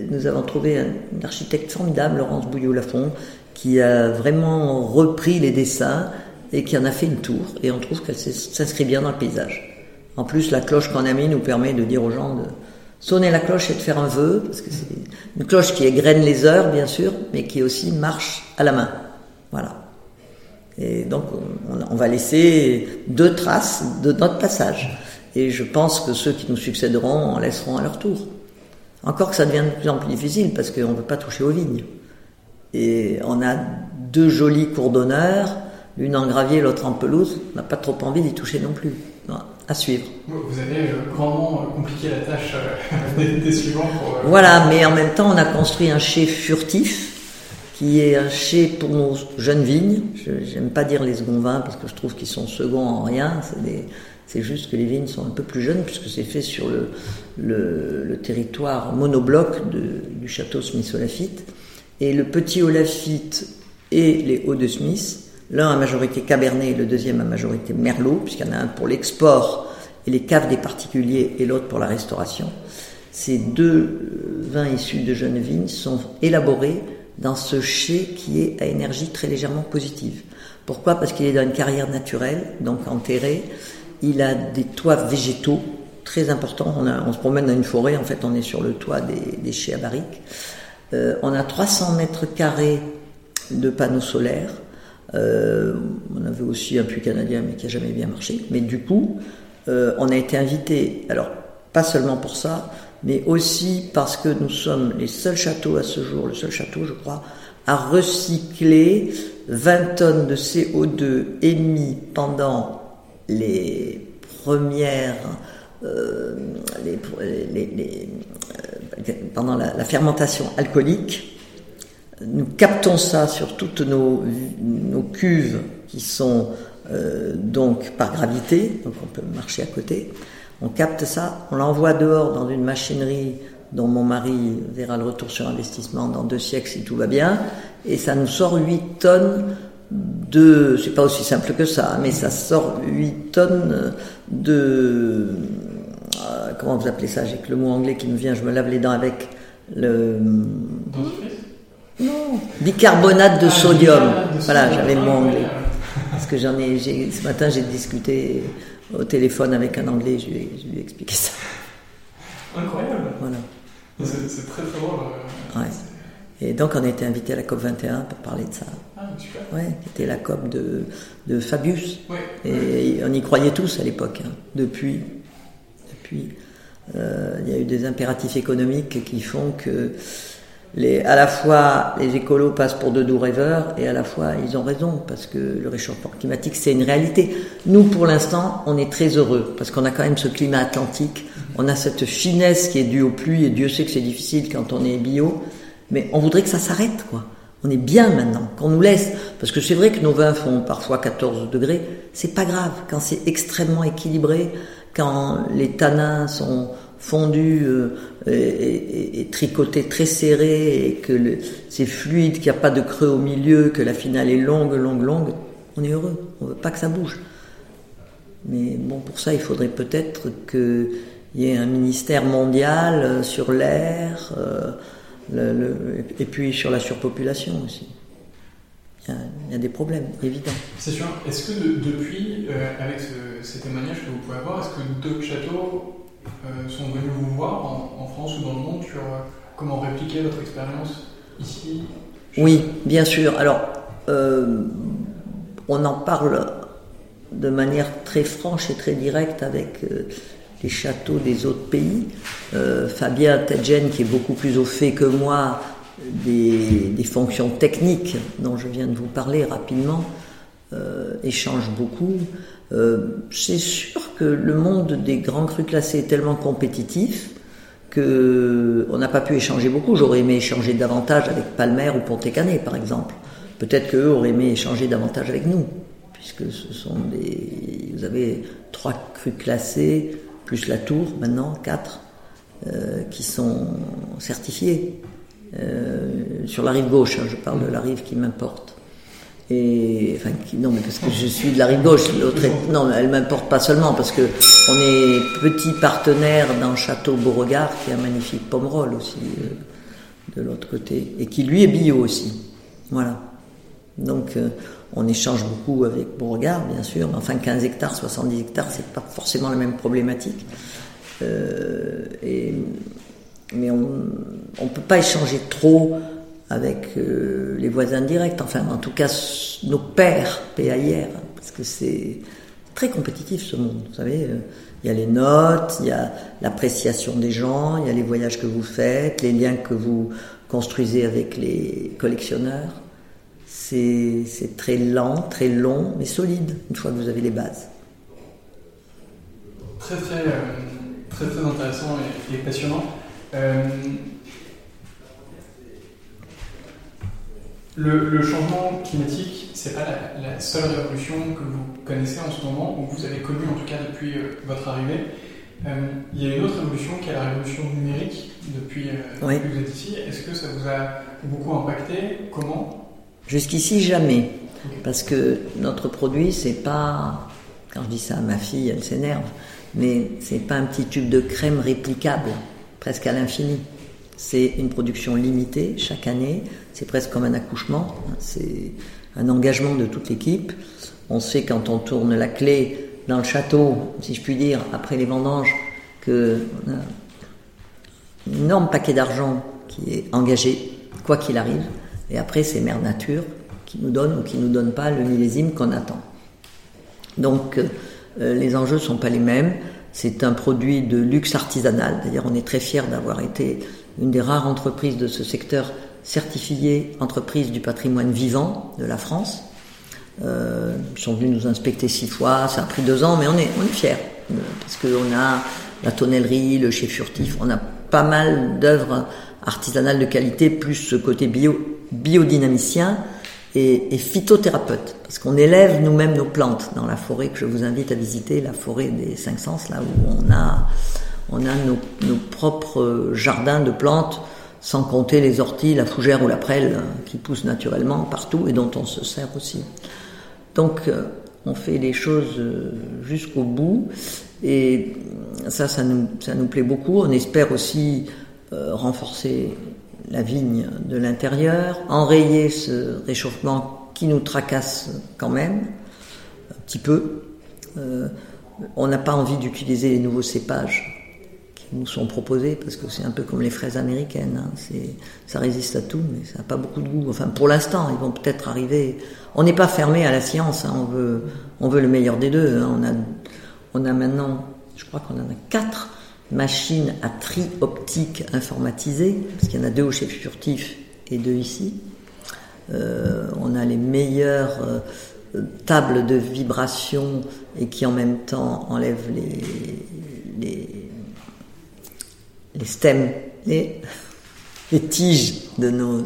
nous avons trouvé un architecte formidable, Laurence Bouillot-Lafont, qui a vraiment repris les dessins et qui en a fait une tour. Et on trouve qu'elle s'inscrit bien dans le paysage. En plus, la cloche qu'on a mis nous permet de dire aux gens de sonner la cloche et de faire un vœu, parce que c'est une cloche qui égrène les heures, bien sûr, mais qui aussi marche à la main. Voilà. Et donc, on va laisser 2 traces de notre passage. Et je pense que ceux qui nous succéderont en laisseront à leur tour. Encore que ça devient de plus en plus difficile, parce qu'on ne peut pas toucher aux vignes. Et on a 2 jolis cours d'honneur, l'une en gravier, l'autre en pelouse. On n'a pas trop envie d'y toucher non plus. Voilà. À suivre. Vous avez grandement compliqué la tâche des suivants. Voilà, mais en même temps, on a construit un chai furtif, qui est un chai pour nos jeunes vignes. J'aime pas dire les seconds vins, parce que je trouve qu'ils sont seconds en rien. C'est juste que les vignes sont un peu plus jeunes, puisque c'est fait sur le territoire monobloc du château Smith-Olafite. Et le petit Olafite et les hauts de Smith, l'un à majorité Cabernet et le deuxième à majorité Merlot, puisqu'il y en a un pour l'export et les caves des particuliers et l'autre pour la restauration. Ces 2 vins issus de jeunes vignes sont élaborés dans ce chai qui est à énergie très légèrement positive. Pourquoi ? Parce qu'il est dans une carrière naturelle, donc enterré. Il a des toits végétaux très importants. On se promène dans une forêt, en fait on est sur le toit des chais à barriques. On a 300 mètres carrés de panneaux solaires. On avait aussi un puits canadien mais qui n'a jamais bien marché. Mais du coup, on a été invité, alors pas seulement pour ça, mais aussi parce que nous sommes les seuls châteaux à ce jour, le seul château je crois, à recycler 20 tonnes de CO2 émis pendant les premières pendant la fermentation alcoolique. Nous captons ça sur toutes nos cuves qui sont donc par gravité, donc on peut marcher à côté. On capte ça, on l'envoie dehors dans une machinerie dont mon mari verra le retour sur investissement dans 2 siècles si tout va bien, et ça nous sort 8 tonnes c'est pas aussi simple que ça, mais ça sort 8 tonnes de comment vous appelez ça, j'ai que le mot anglais qui me vient, je me lave les dents avec bicarbonate de sodium. Voilà, j'avais le mot anglais. Parce que ce matin j'ai discuté au téléphone avec un anglais, je lui ai expliqué ça. Incroyable. Voilà. C'est très très drôle. Ouais. Et donc on a été invité à la COP 21 pour parler de ça. Ah, super. Ouais, qui était la COP de Fabius. Ouais. Et on y croyait tous à l'époque. Hein. Depuis, il y a eu des impératifs économiques qui font que à la fois les écolos passent pour de doux rêveurs et à la fois ils ont raison parce que le réchauffement climatique c'est une réalité. Nous pour l'instant on est très heureux parce qu'on a quand même ce climat atlantique, on a cette finesse qui est due aux pluies et Dieu sait que c'est difficile quand on est bio, mais on voudrait que ça s'arrête quoi. On est bien maintenant, qu'on nous laisse, parce que c'est vrai que nos vins font parfois 14 degrés, c'est pas grave quand c'est extrêmement équilibré, quand les tanins sont fondus et tricotés très serrés et que c'est fluide, qu'il n'y a pas de creux au milieu, que la finale est longue, on est heureux, on veut pas que ça bouge. Mais bon, pour ça, il faudrait peut-être qu'il y ait un ministère mondial sur l'air, et puis sur la surpopulation aussi. Il y a des problèmes, évidents. C'est sûr. Est-ce que depuis, avec ces témoignages que vous pouvez avoir, est-ce que d'autres châteaux sont venus vous voir en France ou dans le monde sur comment répliquer votre expérience ici? Oui, bien sûr. Alors, on en parle de manière très franche et très directe avec les châteaux des autres pays. Fabien Tedjen, qui est beaucoup plus au fait que moi des fonctions techniques dont je viens de vous parler rapidement, échange beaucoup. C'est sûr que le monde des grands crus classés est tellement compétitif qu'on n'a pas pu échanger beaucoup. J'aurais aimé échanger davantage avec Palmer ou Pontet-Canet, par exemple. Peut-être qu'eux auraient aimé échanger davantage avec nous, puisque vous avez 3 crus classés, plus la tour, maintenant 4, qui sont certifiés. Sur la rive gauche, je parle de la rive qui m'importe. Non, mais parce que je suis de la rive gauche, l'autre non, elle m'importe pas seulement parce que on est petit partenaire dans Château Beauregard, qui est un magnifique pomerol aussi. de l'autre côté, et qui lui est bio aussi. Voilà. Donc on échange beaucoup avec Beauregard, bien sûr, mais enfin 15 hectares, 70 hectares, c'est pas forcément la même problématique. Mais on peut pas échanger trop avec les voisins directs, enfin en tout cas nos pairs PAIR, parce que c'est très compétitif ce monde, vous savez. Il y a les notes, il y a l'appréciation des gens, il y a les voyages que vous faites, les liens que vous construisez avec les collectionneurs. C'est très lent, très long, mais solide, une fois que vous avez les bases. Très intéressant et passionnant. Le changement climatique, c'est pas la seule révolution que vous connaissez en ce moment, ou vous avez connu en tout cas depuis votre arrivée. Il y a une autre révolution qui est la révolution numérique depuis que vous êtes ici. Est-ce que ça vous a beaucoup impacté? Comment? Jusqu'ici, jamais. Parce que notre produit, c'est pas... Quand je dis ça à ma fille, elle s'énerve. Mais c'est pas un petit tube de crème réplicable, presque à l'infini. C'est une production limitée chaque année. C'est presque comme un accouchement. C'est un engagement de toute l'équipe. On sait quand on tourne la clé dans le château, si je puis dire, après les vendanges, qu'on a un énorme paquet d'argent qui est engagé, quoi qu'il arrive. Et après, c'est Mère Nature qui nous donne ou qui nous donne pas le millésime qu'on attend. Donc, les enjeux sont pas les mêmes. C'est un produit de luxe artisanal. D'ailleurs, on est très fiers d'avoir été une des rares entreprises de ce secteur certifiée entreprise du patrimoine vivant de la France. Ils sont venus nous inspecter 6 fois, ça a pris 2 ans, mais on est fiers. Parce qu'on a la tonnellerie, le chai furtif, on a pas mal d'œuvres artisanales de qualité, plus ce côté biodynamicien et phytothérapeute. Parce qu'on élève nous-mêmes nos plantes dans la forêt que je vous invite à visiter, la forêt des 5 Sens, là où on a nos propres jardins de plantes, sans compter les orties, la fougère ou la prêle qui poussent naturellement partout et dont on se sert aussi. Donc on fait les choses jusqu'au bout et ça nous plaît beaucoup. On espère aussi renforcer la vigne de l'intérieur, enrayer ce réchauffement qui nous tracasse quand même un petit peu. On n'a pas envie d'utiliser les nouveaux cépages qui nous sont proposés parce que c'est un peu comme les fraises américaines, hein. Ça résiste à tout, mais ça n'a pas beaucoup de goût. Enfin, pour l'instant, ils vont peut-être arriver. On n'est pas fermé à la science, hein. On veut le meilleur des deux, hein. On a maintenant, je crois qu'on en a 4 machines à tri optique informatisées, parce qu'il y en a 2 au chai furtif et 2 ici. On a les meilleures tables de vibration et qui en même temps enlèvent les stems, les tiges de nos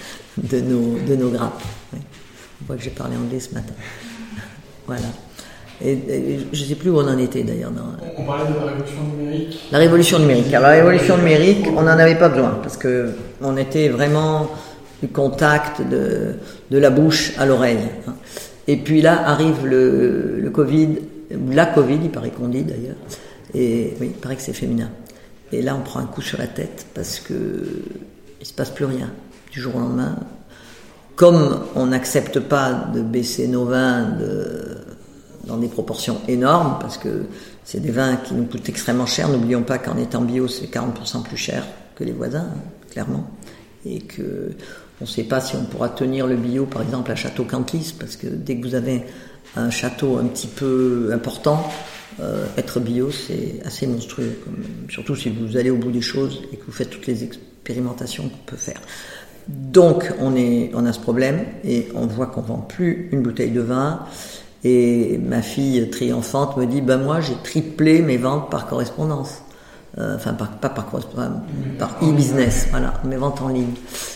grappes. Oui. On voit que j'ai parlé anglais ce matin. Voilà. Et je ne sais plus où on en était d'ailleurs. On parlait de la révolution numérique. La révolution numérique. Alors la révolution numérique, on n'en avait pas besoin parce que on était vraiment du contact de la bouche à l'oreille. Et puis là arrive le Covid, la Covid, il paraît qu'on dit d'ailleurs. Et oui, il paraît que c'est féminin. Et là on prend un coup sur la tête parce que il se passe plus rien du jour au lendemain. Comme on n'accepte pas de baisser nos vins dans des proportions énormes, parce que c'est des vins qui nous coûtent extrêmement cher. N'oublions pas qu'en étant bio, c'est 40% plus cher que les voisins, clairement. Et que on ne sait pas si on pourra tenir le bio, par exemple, à Château-Cantis, parce que dès que vous avez un château un petit peu important, être bio, c'est assez monstrueux. Surtout si vous allez au bout des choses et que vous faites toutes les expérimentations qu'on peut faire. Donc, on a ce problème et on voit qu'on vend plus une bouteille de vin. Et ma fille triomphante me dit, moi j'ai triplé mes ventes par correspondance. Pas par correspondance, par e-business, voilà, mes ventes en ligne.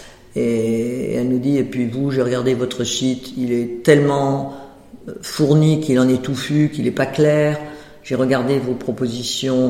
Et elle nous dit, et puis vous, j'ai regardé votre site, il est tellement fourni qu'il en est touffu, qu'il est pas clair. J'ai regardé vos propositions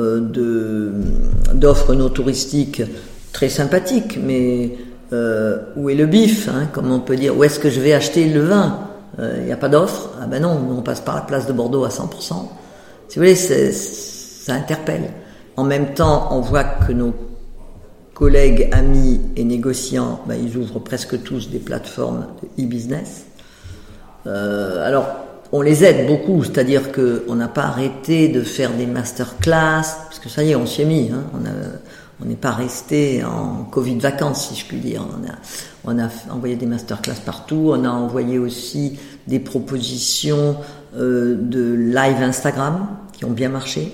d'offres non touristiques très sympathiques, mais où est le bif, hein, comme on peut dire, où est-ce que je vais acheter le vin? Il n'y a pas d'offre. Ah ben non, on passe par la place de Bordeaux à 100%. Si vous voulez, ça interpelle. En même temps, on voit que nos collègues, amis et négociants, ils ouvrent presque tous des plateformes de e-business. Alors, on les aide beaucoup, c'est-à-dire qu'on n'a pas arrêté de faire des masterclass, parce que ça y est, on s'y est mis, hein, on n'est pas resté en Covid vacances, si je puis dire. On a envoyé des masterclass partout, on a envoyé aussi des propositions de live Instagram qui ont bien marché.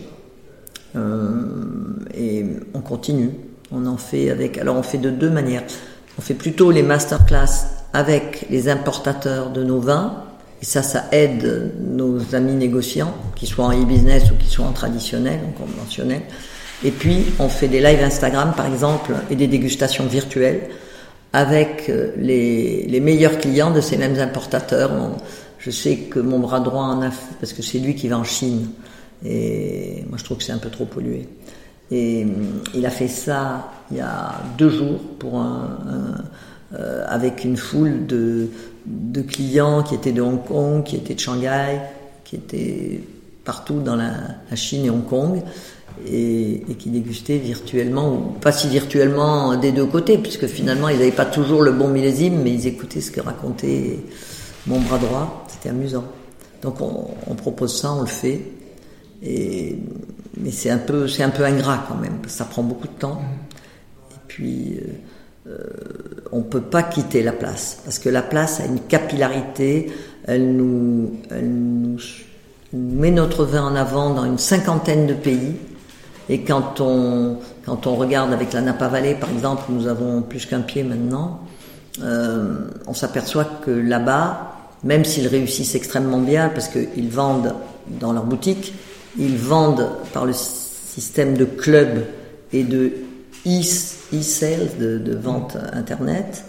Et on continue. On fait de deux manières. On fait plutôt les masterclass avec les importateurs de nos vins, et ça aide nos amis négociants, qu'ils soient en e-business ou qu'ils soient en traditionnel, en conventionnel. Et puis, on fait des lives Instagram, par exemple, et des dégustations virtuelles avec les meilleurs clients de ces mêmes importateurs. Je sais que mon bras droit en a fait, parce que c'est lui qui va en Chine. Et moi, je trouve que c'est un peu trop pollué. Et il a fait ça il y a 2 jours avec une foule de clients qui étaient de Hong Kong, qui étaient de Shanghai, qui étaient partout dans la Chine et Hong Kong. Et qui dégustaient virtuellement, ou pas si virtuellement des deux côtés, puisque finalement ils n'avaient pas toujours le bon millésime, mais ils écoutaient ce que racontait mon bras droit, c'était amusant. Donc on propose ça, on le fait, mais c'est un peu ingrat quand même, parce que ça prend beaucoup de temps, et puis on peut pas quitter la place, parce que la place a une capillarité, elle nous met notre vin en avant dans une 50aine de pays. Et quand on regarde avec la Napa Valley, par exemple, nous avons plus qu'un pied maintenant, on s'aperçoit que là-bas, même s'ils réussissent extrêmement bien, parce qu'ils vendent dans leur boutique, ils vendent par le système de club et de e-sales, de vente internet,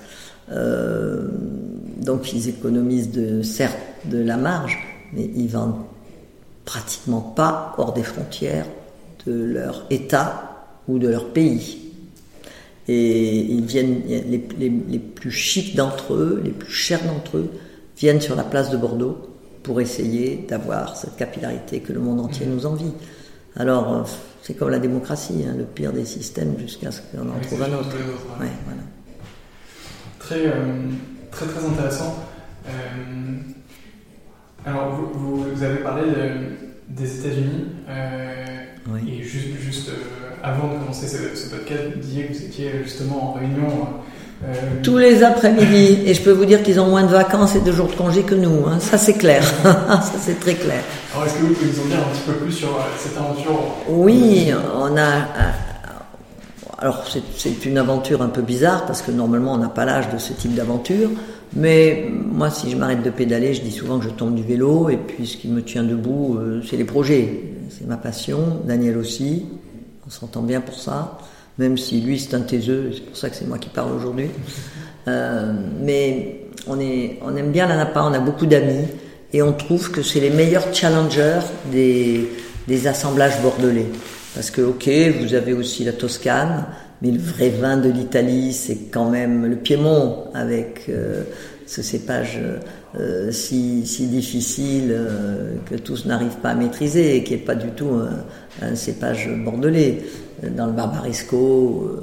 donc ils économisent certes de la marge, mais ils vendent pratiquement pas hors des frontières de leur État ou de leur pays. Et ils viennent, les plus chics d'entre eux, les plus chers d'entre eux, viennent sur la place de Bordeaux pour essayer d'avoir cette capillarité que le monde entier nous envie. Alors, c'est comme la démocratie, hein, le pire des systèmes jusqu'à ce qu'on en trouve un autre. Ouais, voilà. Très, très, très intéressant. Alors, vous avez parlé des États-Unis. Oui. Et juste avant de commencer ce podcast, vous disiez que vous étiez justement en réunion tous les après-midi, et je peux vous dire qu'ils ont moins de vacances et de jours de congé que nous, hein. Ça c'est clair, ça c'est très clair. Alors est-ce que vous pouvez nous en dire un petit peu plus sur cette aventure? Oui, alors c'est une aventure un peu bizarre, parce que normalement on n'a pas l'âge de ce type d'aventure, mais moi si je m'arrête de pédaler, je dis souvent que je tombe du vélo, et puis ce qui me tient debout, c'est les projets, c'est ma passion, Daniel aussi, on s'entend bien pour ça, même si lui c'est un taiseux, c'est pour ça que c'est moi qui parle aujourd'hui, mais on aime bien la Napa, on a beaucoup d'amis, et on trouve que c'est les meilleurs challengers des assemblages bordelais. Parce que, ok, vous avez aussi la Toscane, mais le vrai vin de l'Italie, c'est quand même le Piémont, avec ce cépage si difficile que tous n'arrivent pas à maîtriser, et qui n'est pas du tout un cépage bordelais. Dans le Barbaresco,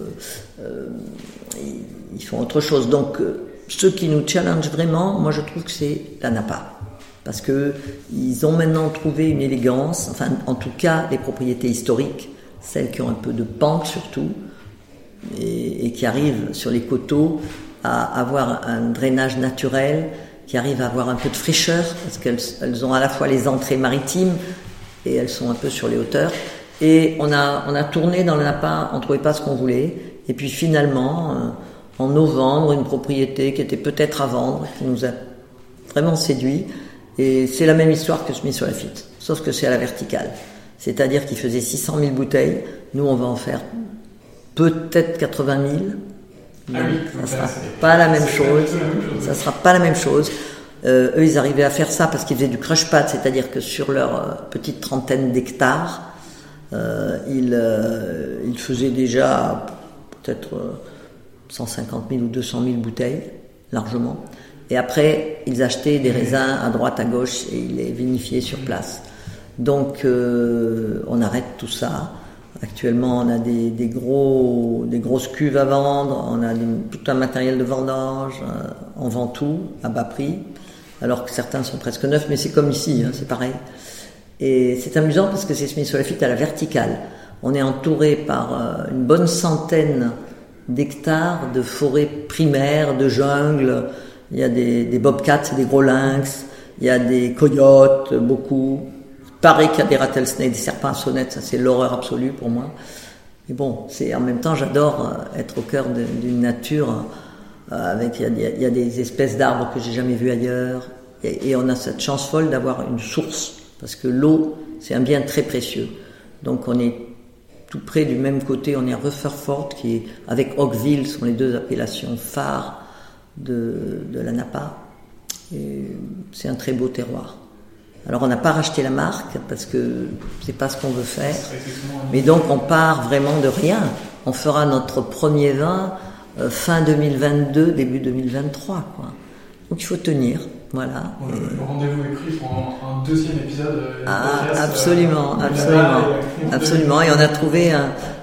ils font autre chose. Donc, ceux qui nous challengent vraiment, moi je trouve que c'est la Napa. Parce que ils ont maintenant trouvé une élégance, enfin en tout cas les propriétés historiques, celles qui ont un peu de pente surtout, et qui arrivent sur les coteaux à avoir un drainage naturel, qui arrivent à avoir un peu de fraîcheur, parce qu'elles ont à la fois les entrées maritimes et elles sont un peu sur les hauteurs. Et on a tourné dans le Napa, on trouvait pas ce qu'on voulait, et puis finalement en novembre, une propriété qui était peut-être à vendre, qui nous a vraiment séduit. Et c'est la même histoire que Smith sur Lafitte, sauf que c'est à la verticale. C'est-à-dire qu'il faisait 600 000 bouteilles, nous on va en faire peut-être 80 000. Ah oui, ça sera pas la même chose. Ça sera pas la même chose. Eux, ils arrivaient à faire ça parce qu'ils faisaient du crush pad, c'est-à-dire que sur leur petite trentaine d'hectares, ils faisaient déjà peut-être 150 000 ou 200 000 bouteilles, largement. Et après, ils achetaient des raisins à droite, à gauche, et ils les vinifiaient sur place. Donc, on arrête tout ça. Actuellement, on a des grosses cuves à vendre, on a tout un matériel de vendange, on vend tout à bas prix, alors que certains sont presque neufs, mais c'est comme ici, c'est pareil. Et c'est amusant parce que c'est Smith Lafitte à la verticale. On est entouré par une bonne centaine d'hectares de forêts primaires, de jungles. Il y a des bobcats, c'est des gros lynx. Il y a des coyotes, beaucoup. Pareil qu'il y a des rattlesnakes, des serpents à sonnette, ça c'est l'horreur absolue pour moi. Mais bon, en même temps, j'adore être au cœur d'une nature il y a des espèces d'arbres que j'ai jamais vues ailleurs. Et on a cette chance folle d'avoir une source, parce que l'eau, c'est un bien très précieux. Donc on est tout près du même côté, on est à Rutherford, qui est, avec Oakville, sont les deux appellations phares de la Napa. Et c'est un très beau terroir. Alors on n'a pas racheté la marque parce que c'est pas ce qu'on veut faire. Mais donc on part vraiment de rien. On fera notre premier vin fin 2022, début 2023, quoi. Donc il faut tenir, voilà. Le rendez-vous est pris pour un deuxième épisode. Absolument. Et on a trouvé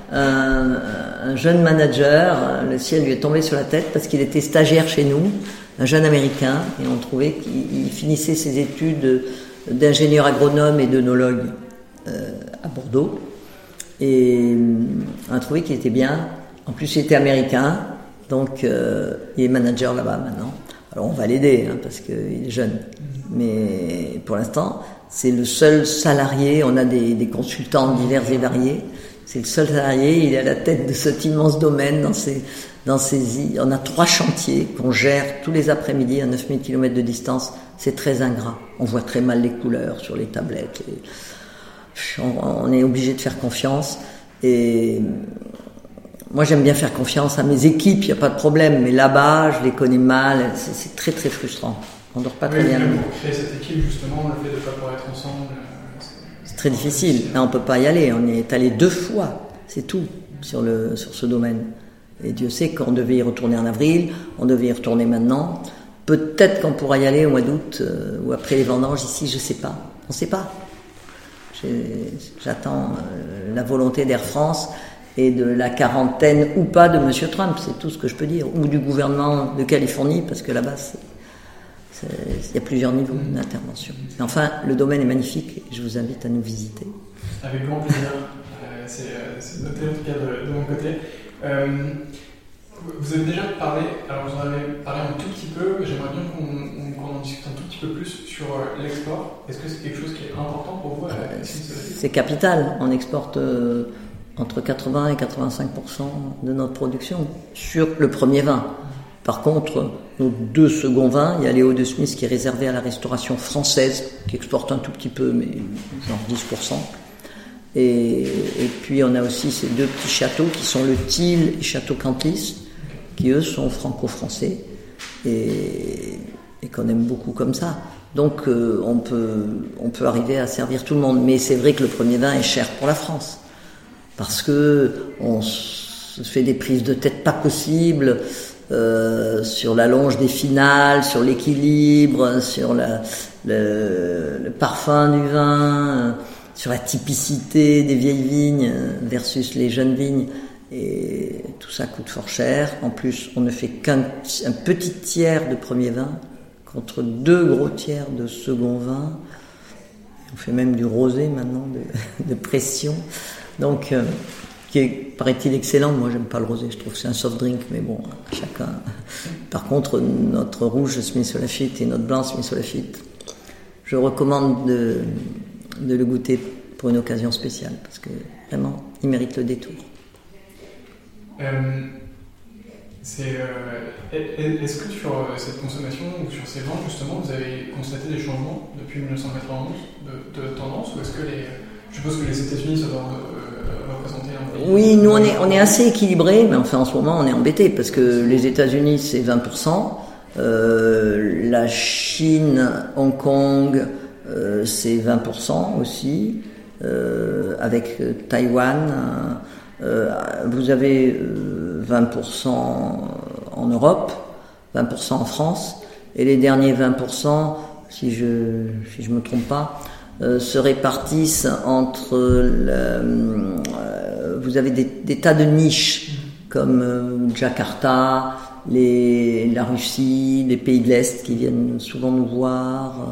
un jeune manager. Le ciel lui est tombé sur la tête parce qu'il était stagiaire chez nous, un jeune Américain, et on trouvait qu'il finissait ses études d'ingénieur agronome et d'œnologue à Bordeaux. Et on a trouvé qu'il était bien. En plus, il était américain, donc il est manager là-bas maintenant. Alors on va l'aider parce qu'il est jeune. Mais pour l'instant, c'est le seul salarié. On a des consultants divers et variés. C'est le seul salarié. Il est à la tête de cet immense domaine on a 3 chantiers qu'on gère tous les après-midi à 9000 km de distance. C'est très ingrat. On voit très mal les couleurs sur les tablettes. On est obligé de faire confiance. Et moi, j'aime bien faire confiance à mes équipes, il n'y a pas de problème. Mais là-bas, je les connais mal. C'est très, très frustrant. On ne dort pas très bien. Pour créer cette équipe, justement, le fait de ne pas pouvoir être ensemble... C'est très difficile. Là, on ne peut pas y aller. On est allé 2 fois. C'est tout sur ce domaine. Et Dieu sait qu'on devait y retourner en avril. On devait y retourner maintenant. Peut-être qu'on pourra y aller au mois d'août ou après les vendanges ici, je ne sais pas. On ne sait pas. J'attends la volonté d'Air France et de la quarantaine ou pas de Monsieur Trump, c'est tout ce que je peux dire, ou du gouvernement de Californie, parce que là-bas, il y a plusieurs niveaux d'intervention. Mais enfin, le domaine est magnifique et je vous invite à nous visiter. Avec grand plaisir. C'est noté en tout cas de mon côté. Vous avez déjà parlé, alors vous en avez parlé un tout petit peu, j'aimerais bien qu'on en discute un tout petit peu plus sur l'export. Est-ce que c'est quelque chose qui est important pour vous? C'est capital, on exporte entre 80 et 85% de notre production sur le premier vin. Par contre, nos 2 seconds vins, il y a Léo de Smith qui est réservé à la restauration française, qui exporte un tout petit peu, mais genre 10%. Et puis on a aussi ces 2 petits châteaux qui sont le Thiel et Château Cantis, qui eux sont franco-français et qu'on aime beaucoup comme ça. Donc on peut arriver à servir tout le monde. Mais c'est vrai que le premier vin est cher pour la France, parce que on se fait des prises de tête pas possibles sur la longe des finales, sur l'équilibre, sur le parfum du vin, sur la typicité des vieilles vignes versus les jeunes vignes. Et tout ça coûte fort cher. En plus, on ne fait qu'un petit tiers de premier vin contre 2 gros tiers de second vin. On fait même du rosé maintenant, de pression. Donc, qui est, paraît-il, excellent. Moi, j'aime pas le rosé. Je trouve que c'est un soft drink, mais bon, chacun. Par contre, notre rouge Smith Lafitte et notre blanc Smith Lafitte, je recommande de le goûter pour une occasion spéciale, parce que vraiment, il mérite le détour. Est-ce que sur cette consommation ou sur ces vins, justement, vous avez constaté des changements depuis 1991 de tendance, ou est-ce que je suppose que les États-Unis ça doit représenter un pays? Oui, nous on est assez équilibrés, mais enfin en ce moment on est embêtés parce que les États-Unis c'est 20%, la Chine, Hong Kong c'est 20% aussi, avec Taïwan. Vous avez 20% en Europe, 20% en France, et les derniers 20%, si je me trompe pas, se répartissent entre vous avez des tas de niches comme Jakarta, la Russie, les pays de l'Est qui viennent souvent nous voir.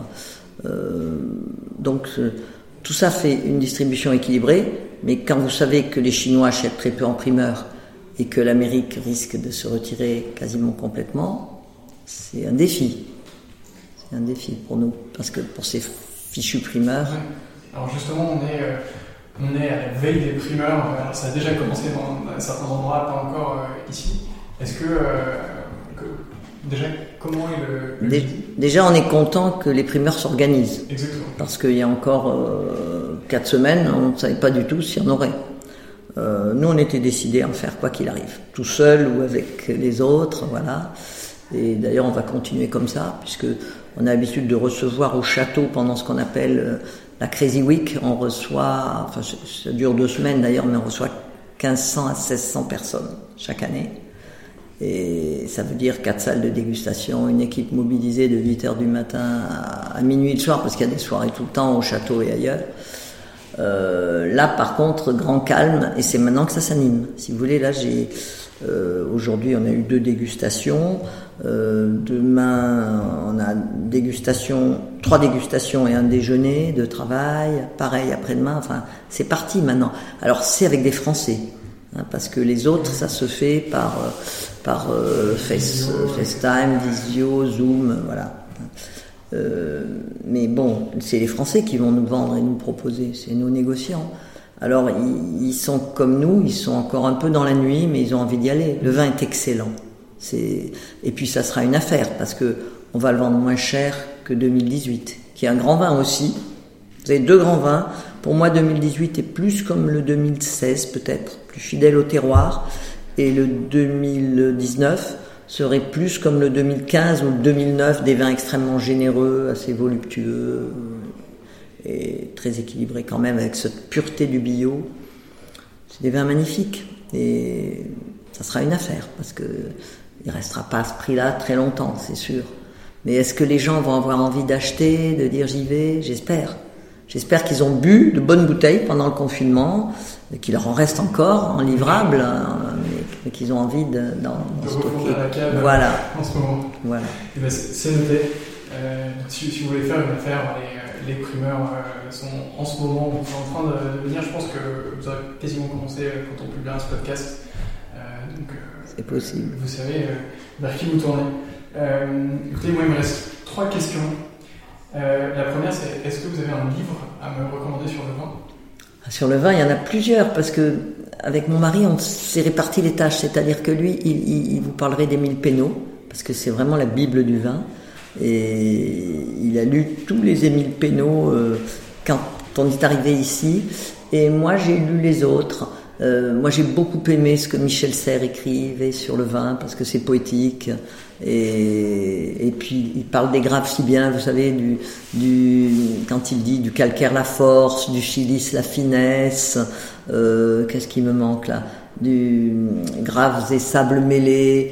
Donc tout ça fait une distribution équilibrée, mais quand vous savez que les Chinois achètent très peu en primeur et que l'Amérique risque de se retirer quasiment complètement, c'est un défi. C'est un défi pour nous, parce que pour ces fichus primeurs... Ouais. Alors justement, on est à la veille des primeurs. Alors ça a déjà commencé dans certains endroits, pas encore ici. Est-ce que déjà, comment est le... Déjà, on est content que les primeurs s'organisent. Exactement. Parce qu'il y a encore 4 semaines, on ne savait pas du tout s'il y en aurait. Nous, on était décidés à en faire quoi qu'il arrive, tout seul ou avec les autres, voilà. Et d'ailleurs, on va continuer comme ça, puisque on a l'habitude de recevoir au château pendant ce qu'on appelle la Crazy Week. On reçoit, enfin, ça dure 2 semaines d'ailleurs, mais on reçoit 1500 à 1600 personnes chaque année. Et ça veut dire 4 salles de dégustation, une équipe mobilisée de 8h du matin à minuit le soir, parce qu'il y a des soirées tout le temps au château et ailleurs. Là, par contre, grand calme, et c'est maintenant que ça s'anime. Si vous voulez, là, aujourd'hui, on a eu 2 dégustations. Demain, on a 3 dégustations et un déjeuner de travail. Pareil, après-demain. Enfin, c'est parti maintenant. Alors, c'est avec des Français, hein, parce que les autres, ça se fait par FaceTime, Visio, Zoom, voilà. Mais bon, c'est les Français qui vont nous vendre et nous proposer, c'est nos négociants. Alors ils sont comme nous, ils sont encore un peu dans la nuit, mais ils ont envie d'y aller. Le vin est excellent. Et puis ça sera une affaire, parce que on va le vendre moins cher que 2018, qui est un grand vin aussi. Vous avez 2 grands vins. Pour moi, 2018 est plus comme le 2016 peut-être, plus fidèle au terroir. Et le 2019 serait plus comme le 2015 ou le 2009, des vins extrêmement généreux, assez voluptueux et très équilibrés quand même, avec cette pureté du bio. C'est des vins magnifiques et ça sera une affaire, parce que il restera pas à ce prix-là très longtemps, c'est sûr. Mais est-ce que les gens vont avoir envie d'acheter, de dire j'y vais ? J'espère. J'espère qu'ils ont bu de bonnes bouteilles pendant le confinement, qu'il leur en reste encore en livrable, mais qu'ils ont envie d'en stocker. La cave, voilà. En ce moment. Voilà. Et ben c'est noté. Si vous voulez faire une affaire, les primeurs sont en ce moment en train de venir. Je pense que vous aurez quasiment commencé quand on publiera ce podcast. Donc, c'est possible. Vous savez vers qui vous tournez. Écoutez, moi il me reste 3 questions. La première, c'est: est-ce que vous avez un livre à me recommander sur le vin ? Sur le vin, il y en a plusieurs, parce que avec mon mari, on s'est réparti les tâches. C'est-à-dire que lui, il vous parlerait d'Émile Pénaud, parce que c'est vraiment la Bible du vin. Et il a lu tous les Émile Pénaud quand on est arrivé ici. Et moi, j'ai lu les autres. Moi, j'ai beaucoup aimé ce que Michel Serres écrivait sur le vin, parce que c'est poétique. Et puis il parle des graves si bien, vous savez, quand il dit du calcaire la force, du silice la finesse, qu'est-ce qui me manque là, du graves et sables mêlés,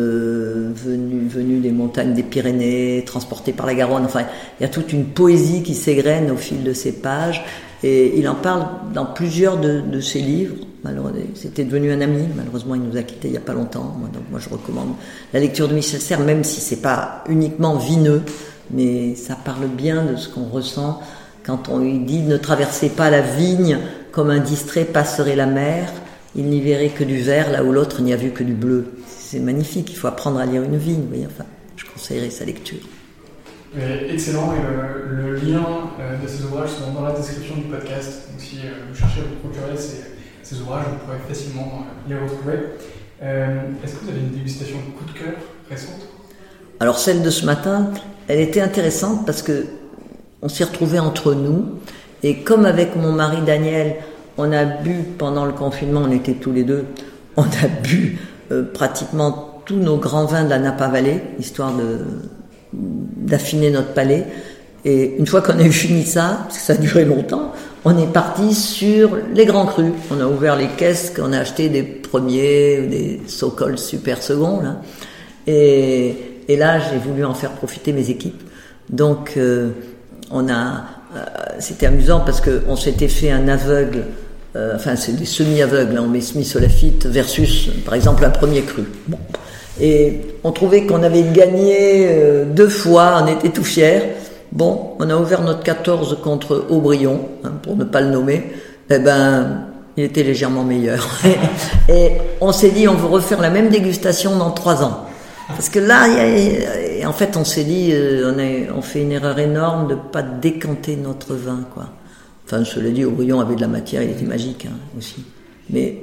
venus des montagnes des Pyrénées, transportés par la Garonne. Enfin, il y a toute une poésie qui s'égrène au fil de ces pages. Et il en parle dans plusieurs de ses livres. C'était devenu un ami. Malheureusement, il nous a quittés il n'y a pas longtemps. Donc moi, je recommande la lecture de Michel Serres, même si c'est pas uniquement vineux, mais ça parle bien de ce qu'on ressent quand on lui dit: ne traversez pas la vigne comme un distrait passerait la mer. Il n'y verrait que du vert là où l'autre n'y a vu que du bleu. C'est magnifique. Il faut apprendre à lire une vigne. Vous voyez, enfin, je conseillerais sa lecture. Excellent, et le lien de ces ouvrages sont dans la description du podcast. Donc si vous cherchez à vous procurer ces ouvrages, vous pourrez facilement les retrouver. Est-ce que vous avez une dégustation coup de cœur récente ? Alors celle de ce matin, elle était intéressante parce que on s'est retrouvés entre nous, et comme avec mon mari Daniel, on a bu pendant le confinement, on était tous les deux, on a bu pratiquement tous nos grands vins de la Napa Valley, histoire d'affiner notre palais. Et une fois qu'on a eu fini ça, parce que ça a duré longtemps, on est parti sur les grands crus. On a ouvert les caisses, on a acheté des premiers, des so-called super seconds, là. Et là, j'ai voulu en faire profiter mes équipes. Donc, c'était amusant parce que on s'était fait un aveugle c'est des semi-aveugles, on met semi-solafite versus, par exemple, un premier cru. Bon. Et on trouvait qu'on avait gagné 2 fois, on était tout fiers. Bon, on a ouvert notre 14 contre Aubryon, pour ne pas le nommer. Il était légèrement meilleur. Et on s'est dit, on veut refaire la même dégustation dans 3 ans. Parce que là, en fait, on s'est dit, on fait une erreur énorme de pas décanter notre vin, quoi. Enfin, cela dit, Aubryon avait de la matière, il était magique, aussi. Mais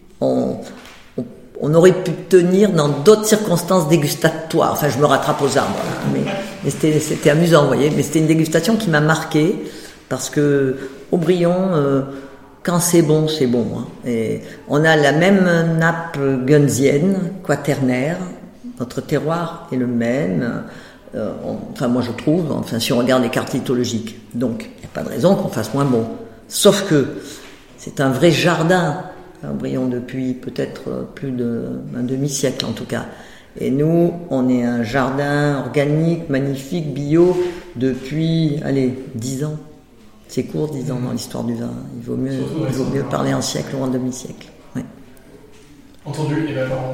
on aurait pu tenir dans d'autres circonstances dégustatoires. Enfin, je me rattrape aux arbres, mais c'était amusant, vous voyez. Mais c'était une dégustation qui m'a marqué, parce que Aubryon, quand c'est bon, c'est bon. Et on a la même nappe gunzienne, quaternaire. Notre terroir est le même. Moi je trouve, si on regarde les cartes lithologiques. Donc, il n'y a pas de raison qu'on fasse moins bon. Sauf que c'est un vrai jardin, Aubryon, depuis peut-être plus d'un demi-siècle en tout cas. Et nous, on est un jardin organique, magnifique, bio, depuis, 10 ans. C'est court, 10 ans dans l'histoire du vin. Il vaut mieux parler un siècle ou un demi-siècle. Ouais. Entendu, et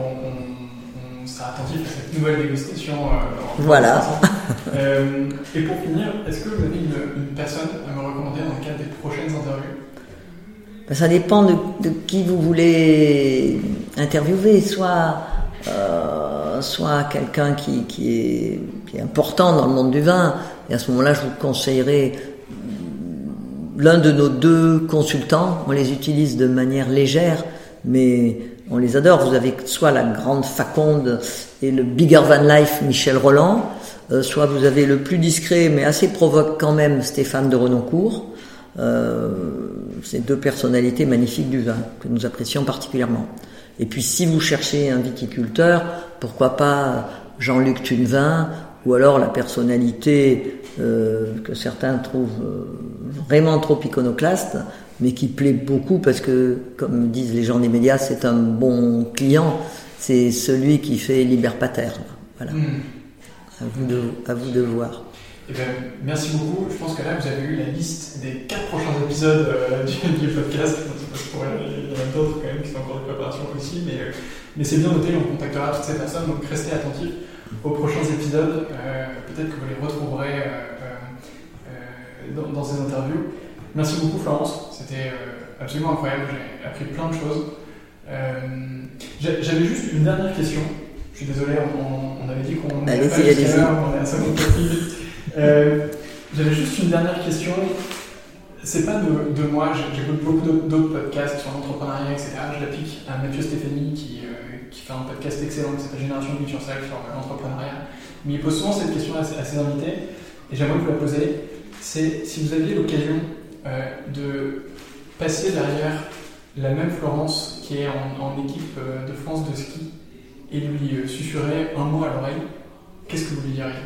on sera attentif à cette nouvelle dégustation. Voilà. Et pour finir, est-ce que vous avez une personne à me recommander dans le cadre des prochaines interviews? Ça dépend de qui vous voulez interviewer, soit quelqu'un qui est important dans le monde du vin, et à ce moment-là, je vous conseillerais l'un de nos 2 consultants. On les utilise de manière légère, mais on les adore. Vous avez soit la grande Faconde et le Bigger Van Life Michel Roland, soit vous avez le plus discret mais assez provoque quand même Stéphane de Renoncourt. C'est 2 personnalités magnifiques du vin que nous apprécions particulièrement. Et puis si vous cherchez un viticulteur, pourquoi pas Jean-Luc Tunevin, ou alors la personnalité que certains trouvent vraiment trop iconoclaste, mais qui plaît beaucoup parce que, comme disent les gens des médias, c'est un bon client. C'est celui qui fait Liber Pater. Voilà. À vous de voir. Merci beaucoup. Je pense que là, vous avez eu la liste des 4 prochains épisodes du podcast. Il y en a d'autres quand même qui sont encore de préparation aussi, mais c'est bien noté. On contactera toutes ces personnes, donc restez attentifs aux prochains épisodes. Peut-être que vous les retrouverez dans ces interviews. Merci beaucoup Florence, c'était absolument incroyable, j'ai appris plein de choses. J'avais juste une dernière question. Je suis désolé, on avait dit qu'on allait pas jusqu'à l'heure, on est à 54 minutes. J'avais juste une dernière question. C'est pas de moi, j'écoute beaucoup d'autres podcasts sur l'entrepreneuriat, etc. Je la pique à Mathieu Stéphanie qui fait un podcast excellent qui s'appelle Génération de sur l'entrepreneuriat. Mais il pose souvent cette question à ses invités, et j'aimerais vous la poser. C'est si vous aviez l'occasion de passer derrière la même Florence qui est en équipe de France de ski et lui susurrer un mot à l'oreille, qu'est-ce que vous lui diriez?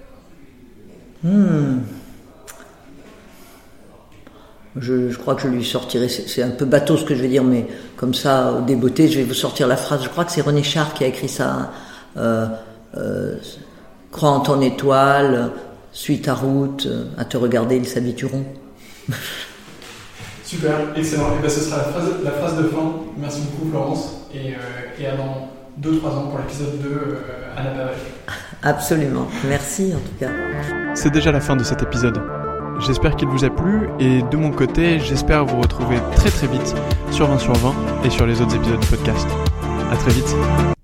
Je crois que je lui sortirai, c'est un peu bateau ce que je vais dire, mais comme ça, au débeauté, je vais vous sortir la phrase. Je crois que c'est René Char qui a écrit ça. Crois en ton étoile, suis ta route, à te regarder, ils s'habitueront. Super, excellent. Et ce sera la phrase de fin. Merci beaucoup Florence, et à dans 2-3 ans pour l'épisode 2 à la Bavage. Absolument, merci en tout cas. C'est déjà la fin de cet épisode. J'espère qu'il vous a plu, et de mon côté, j'espère vous retrouver très très vite sur 20 sur 20 et sur les autres épisodes du podcast. À très vite.